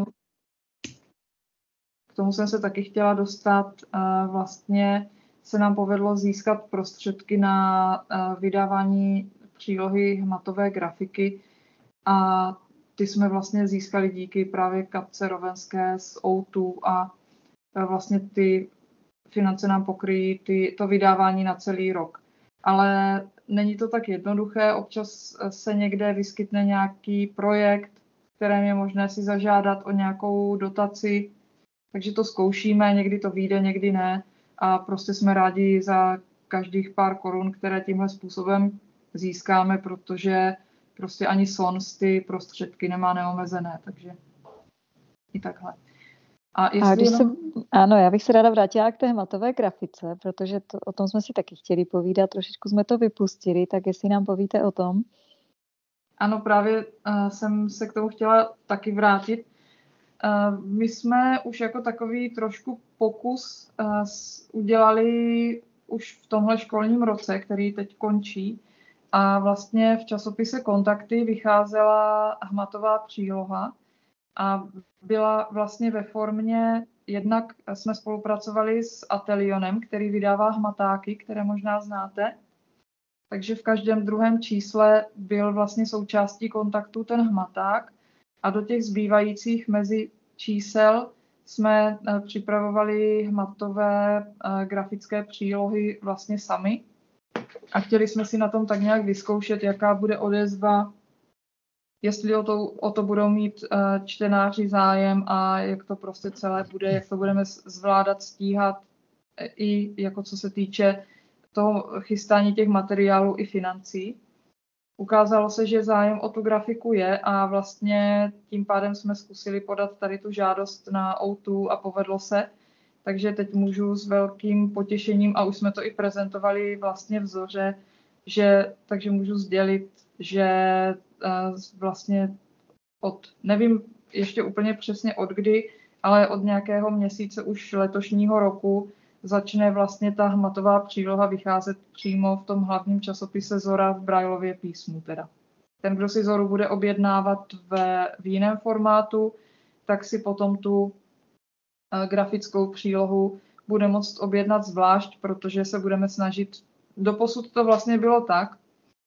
k tomu jsem se taky chtěla dostat, uh, vlastně se nám povedlo získat prostředky na uh, vydávání přílohy hmatové grafiky a ty jsme vlastně získali díky právě kapce Rovenské z O dva a vlastně ty finance nám pokryjí ty, to vydávání na celý rok. Ale není to tak jednoduché, občas se někde vyskytne nějaký projekt, kterém je možné si zažádat o nějakou dotaci, takže to zkoušíme, někdy to vyjde, někdy ne a prostě jsme rádi za každých pár korun, které tímhle způsobem získáme, protože prostě ani SONS ty prostředky nemá neomezené, takže i takhle. A, a když jenom... se, ano, já bych se ráda vrátila k té hmatové grafice, protože to, o tom jsme si taky chtěli povídat, trošičku jsme to vypustili, tak jestli nám povíte o tom. Ano, právě uh, jsem se k tomu chtěla taky vrátit. Uh, my jsme už jako takový trošku pokus uh, udělali už v tomhle školním roce, který teď končí. A vlastně v časopise Kontakty vycházela hmatová příloha a byla vlastně ve formě, jednak jsme spolupracovali s Atelionem, který vydává hmatáky, které možná znáte. Takže v každém druhém čísle byl vlastně součástí Kontaktu ten hmaták a do těch zbývajících mezi čísel jsme připravovali hmatové grafické přílohy vlastně sami. A chtěli jsme si na tom tak nějak vyzkoušet, jaká bude odezva, jestli o to, o to budou mít uh, čtenáři zájem a jak to prostě celé bude, jak to budeme zvládat, stíhat, i jako co se týče toho chystání těch materiálů i financí. Ukázalo se, že zájem o tu grafiku je a vlastně tím pádem jsme zkusili podat tady tu žádost na O dva a povedlo se. Takže teď můžu s velkým potěšením, a už jsme to i prezentovali vlastně v Zoře, že, takže můžu sdělit, že uh, vlastně od, nevím ještě úplně přesně od kdy, ale od nějakého měsíce už letošního roku začne vlastně ta hmatová příloha vycházet přímo v tom hlavním časopise Zora v Braillově písmu. Teda. Ten, kdo si Zoru bude objednávat ve, v jiném formátu, tak si potom tu grafickou přílohu bude moct objednat zvlášť, protože se budeme snažit, doposud to vlastně bylo tak,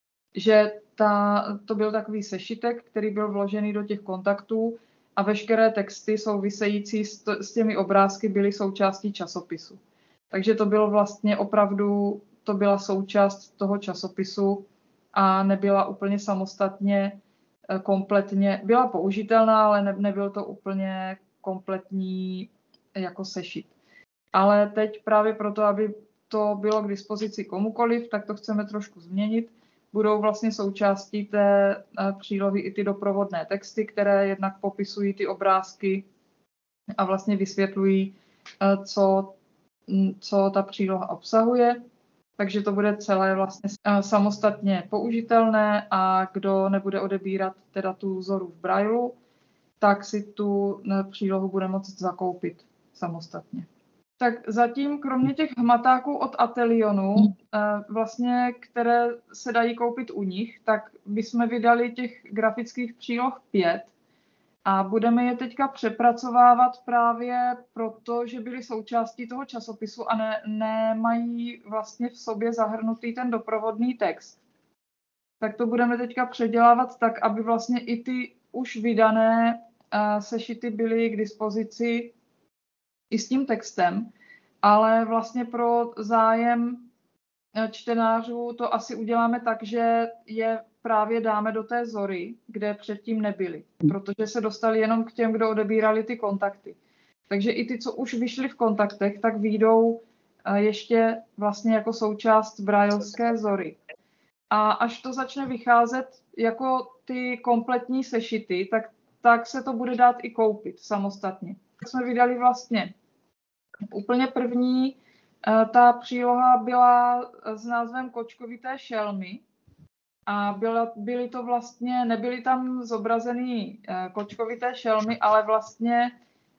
že ta, to byl takový sešitek, který byl vložený do těch kontaktů a veškeré texty související s, to, s těmi obrázky byly součástí časopisu. Takže to bylo vlastně opravdu, to byla součást toho časopisu a nebyla úplně samostatně, kompletně, byla použitelná, ale ne, nebyl to úplně kompletní jako sešit. Ale teď právě proto, aby to bylo k dispozici komukoliv, tak to chceme trošku změnit. Budou vlastně součástí té přílohy i ty doprovodné texty, které jednak popisují ty obrázky a vlastně vysvětlují, co, co ta příloha obsahuje. Takže to bude celé vlastně samostatně použitelné a kdo nebude odebírat teda tu Zoru v Braillu, tak si tu přílohu bude moct zakoupit samostatně. Tak zatím, kromě těch hmatáků od Atelionu, vlastně, které se dají koupit u nich, tak bychom vydali těch grafických příloh pět a budeme je teďka přepracovávat právě proto, že byly součástí toho časopisu a ne, nemají vlastně v sobě zahrnutý ten doprovodný text. Tak to budeme teďka předělávat tak, aby vlastně i ty už vydané sešity byly k dispozici i s tím textem, ale vlastně pro zájem čtenářů to asi uděláme tak, že je právě dáme do té Zory, kde předtím nebyly, protože se dostali jenom k těm, kdo odebírali ty kontakty. Takže i ty, co už vyšly v kontaktech, tak vyjdou ještě vlastně jako součást brajlské Zory. A až to začne vycházet jako ty kompletní sešity, tak, tak se to bude dát i koupit samostatně. Jsme vydali vlastně úplně první, ta příloha byla s názvem Kočkovité šelmy a byla, byly to vlastně, nebyly tam zobrazeny kočkovité šelmy, ale vlastně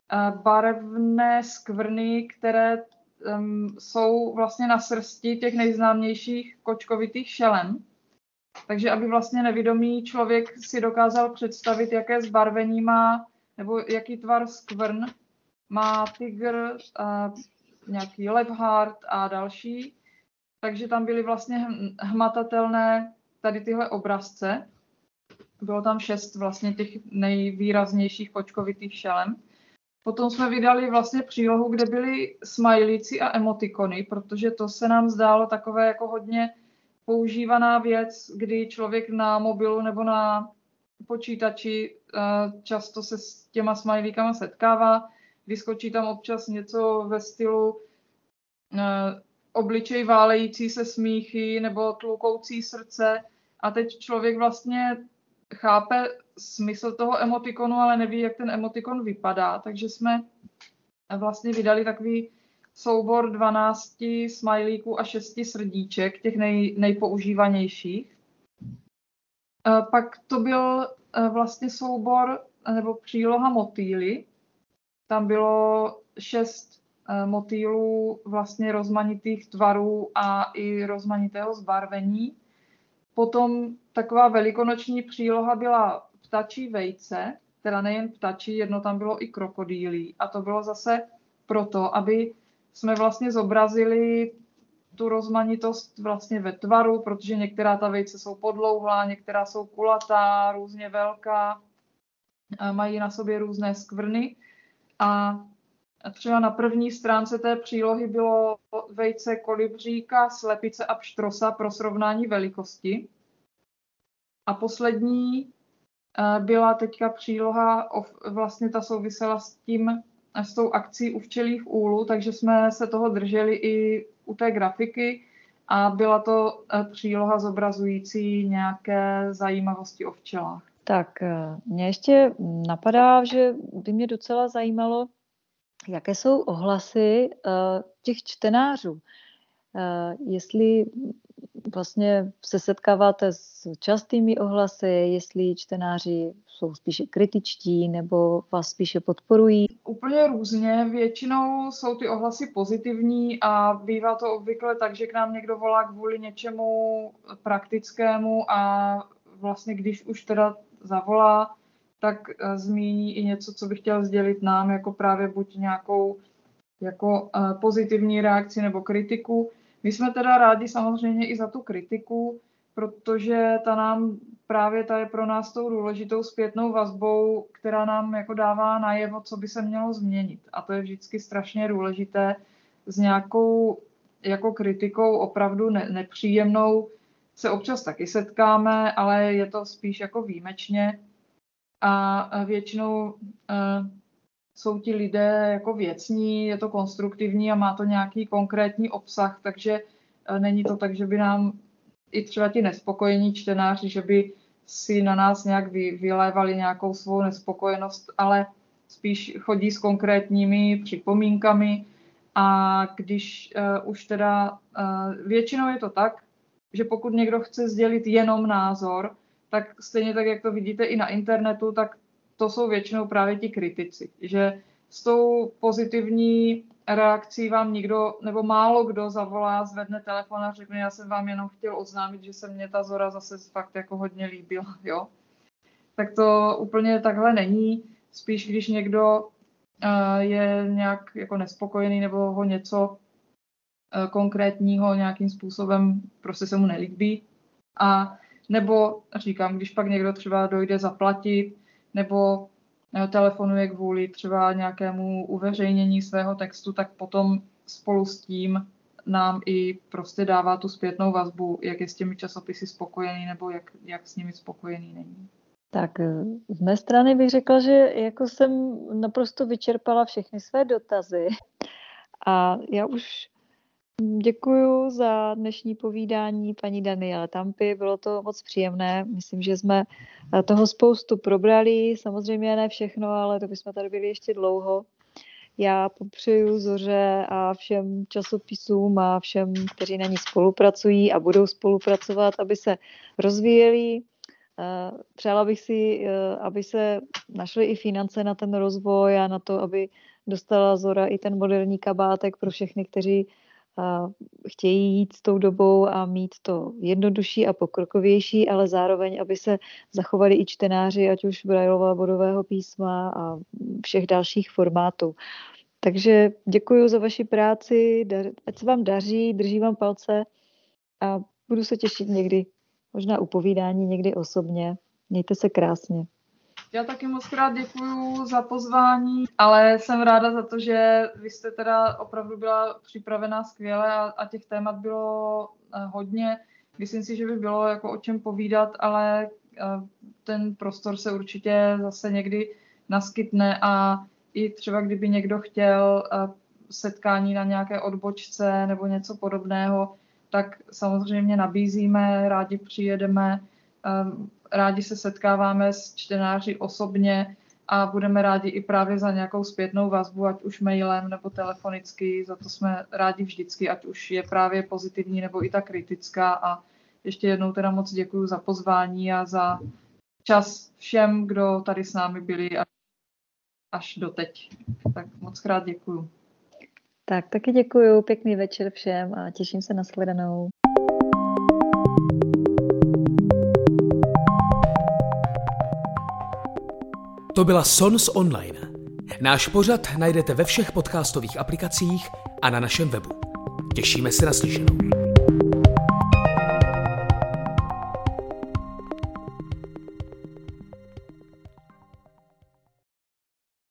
barevné skvrny, které um, jsou vlastně na srsti těch nejznámějších kočkovitých šelem. Takže aby vlastně nevědomý člověk si dokázal představit, jaké zbarvení má, nebo jaký tvar skvrn má tygr, uh, nějaký levhart a další. Takže tam byly vlastně hmatatelné tady tyhle obrazce. Bylo tam šest vlastně těch nejvýraznějších kočkovitých šelem. Potom jsme vydali vlastně přílohu, kde byly smajlíci a emotikony, protože to se nám zdálo takové jako hodně používaná věc, kdy člověk na mobilu nebo na počítači často se s těma smajlíkama setkává. Vyskočí tam občas něco ve stylu obličej válející se smíchy nebo tlukoucí srdce. A teď člověk vlastně chápe smysl toho emotikonu, ale neví, jak ten emotikon vypadá. Takže jsme vlastně vydali takový soubor dvanácti smajlíků a šesti srdíček, těch nej, nejpoužívanějších. Pak to byl vlastně soubor nebo příloha motýly. Tam bylo šest motýlů vlastně rozmanitých tvarů a i rozmanitého zbarvení. Potom taková velikonoční příloha byla ptačí vejce, teda nejen ptačí, jedno tam bylo i krokodýlí. A to bylo zase proto, aby jsme vlastně zobrazili tu rozmanitost vlastně ve tvaru, protože některá ta vejce jsou podlouhlá, některá jsou kulatá, různě velká, mají na sobě různé skvrny. A třeba na první stránce té přílohy bylo vejce kolibříka, slepice a pštrosa pro srovnání velikosti. A poslední byla teďka příloha, vlastně ta souvisela s tím, s tou akcí u včelích úlů, takže jsme se toho drželi i u té grafiky a byla to příloha zobrazující nějaké zajímavosti o včelách. Tak mě ještě napadá, že by mě docela zajímalo, jaké jsou ohlasy těch čtenářů. Jestli vlastně se setkáváte s častými ohlasy, jestli čtenáři jsou spíše kritičtí nebo vás spíše podporují? Úplně různě. Většinou jsou ty ohlasy pozitivní a bývá to obvykle tak, že k nám někdo volá kvůli něčemu praktickému a vlastně když už teda zavolá, tak zmíní i něco, co by chtěl sdělit nám, jako právě buď nějakou jako pozitivní reakci nebo kritiku. My jsme teda rádi samozřejmě i za tu kritiku, protože ta nám právě ta je pro nás tou důležitou zpětnou vazbou, která nám jako dává najevo, co by se mělo změnit. A to je vždycky strašně důležité. S nějakou jako kritikou opravdu ne- nepříjemnou se občas taky setkáme, ale je to spíš jako výjimečně. A většinou uh, jsou ti lidé jako věcní, je to konstruktivní a má to nějaký konkrétní obsah, takže uh, není to tak, že by nám i třeba ti nespokojení čtenáři, že by si na nás nějak vy, vylévali nějakou svou nespokojenost, ale spíš chodí s konkrétními připomínkami a když uh, už teda uh, většinou je to tak, že pokud někdo chce sdělit jenom názor, tak stejně tak, jak to vidíte i na internetu, tak to jsou většinou právě ti kritici. Že s tou pozitivní reakcí vám nikdo nebo málo kdo zavolá, zvedne telefon a řekne, já jsem vám jenom chtěl oznámit, že se mně ta Zora zase fakt jako hodně líbila, jo. Tak to úplně takhle není. Spíš, když někdo uh, je nějak jako nespokojený nebo ho něco uh, konkrétního nějakým způsobem prostě se mu nelíbí. A nebo říkám, když pak někdo třeba dojde zaplatit nebo telefonuje kvůli třeba nějakému uveřejnění svého textu, tak potom spolu s tím nám i prostě dává tu zpětnou vazbu, jak je s těmi časopisy spokojený nebo jak, jak s nimi spokojený není. Tak z mé strany bych řekla, že jako jsem naprosto vyčerpala všechny své dotazy a já už děkuju za dnešní povídání paní Daniele Tampy, bylo to moc příjemné, myslím, že jsme toho spoustu probrali, samozřejmě ne všechno, ale to bychom tady byli ještě dlouho. Já popřeju Zoře a všem časopisům a všem, kteří na ní spolupracují a budou spolupracovat, aby se rozvíjeli. Přála bych si, aby se našly i finance na ten rozvoj a na to, aby dostala Zora i ten moderní kabátek pro všechny, kteří chtějí jít s tou dobou a mít to jednodušší a pokrokovější, ale zároveň, aby se zachovali i čtenáři, ať už Braillova bodového písma a všech dalších formátů. Takže děkuji za vaši práci, ať se vám daří, držím vám palce a budu se těšit někdy, možná u povídání, někdy osobně. Mějte se krásně. Já taky moc krát děkuju za pozvání, ale jsem ráda za to, že vy jste teda opravdu byla připravená skvěle a, a těch témat bylo hodně. Myslím si, že by bylo jako o čem povídat, ale ten prostor se určitě zase někdy naskytne a i třeba kdyby někdo chtěl setkání na nějaké odbočce nebo něco podobného, tak samozřejmě nabízíme, rádi přijedeme, rádi se setkáváme s čtenáři osobně a budeme rádi i právě za nějakou zpětnou vazbu, ať už mailem nebo telefonicky, za to jsme rádi vždycky, ať už je právě pozitivní nebo i ta kritická a ještě jednou teda moc děkuju za pozvání a za čas všem, kdo tady s námi byli až doteď. Tak moc krát děkuju. Tak taky děkuju, pěkný večer všem a těším se na shledanou. To byla Sons Online. Náš pořad najdete ve všech podcastových aplikacích a na našem webu. Těšíme se na slyšenou.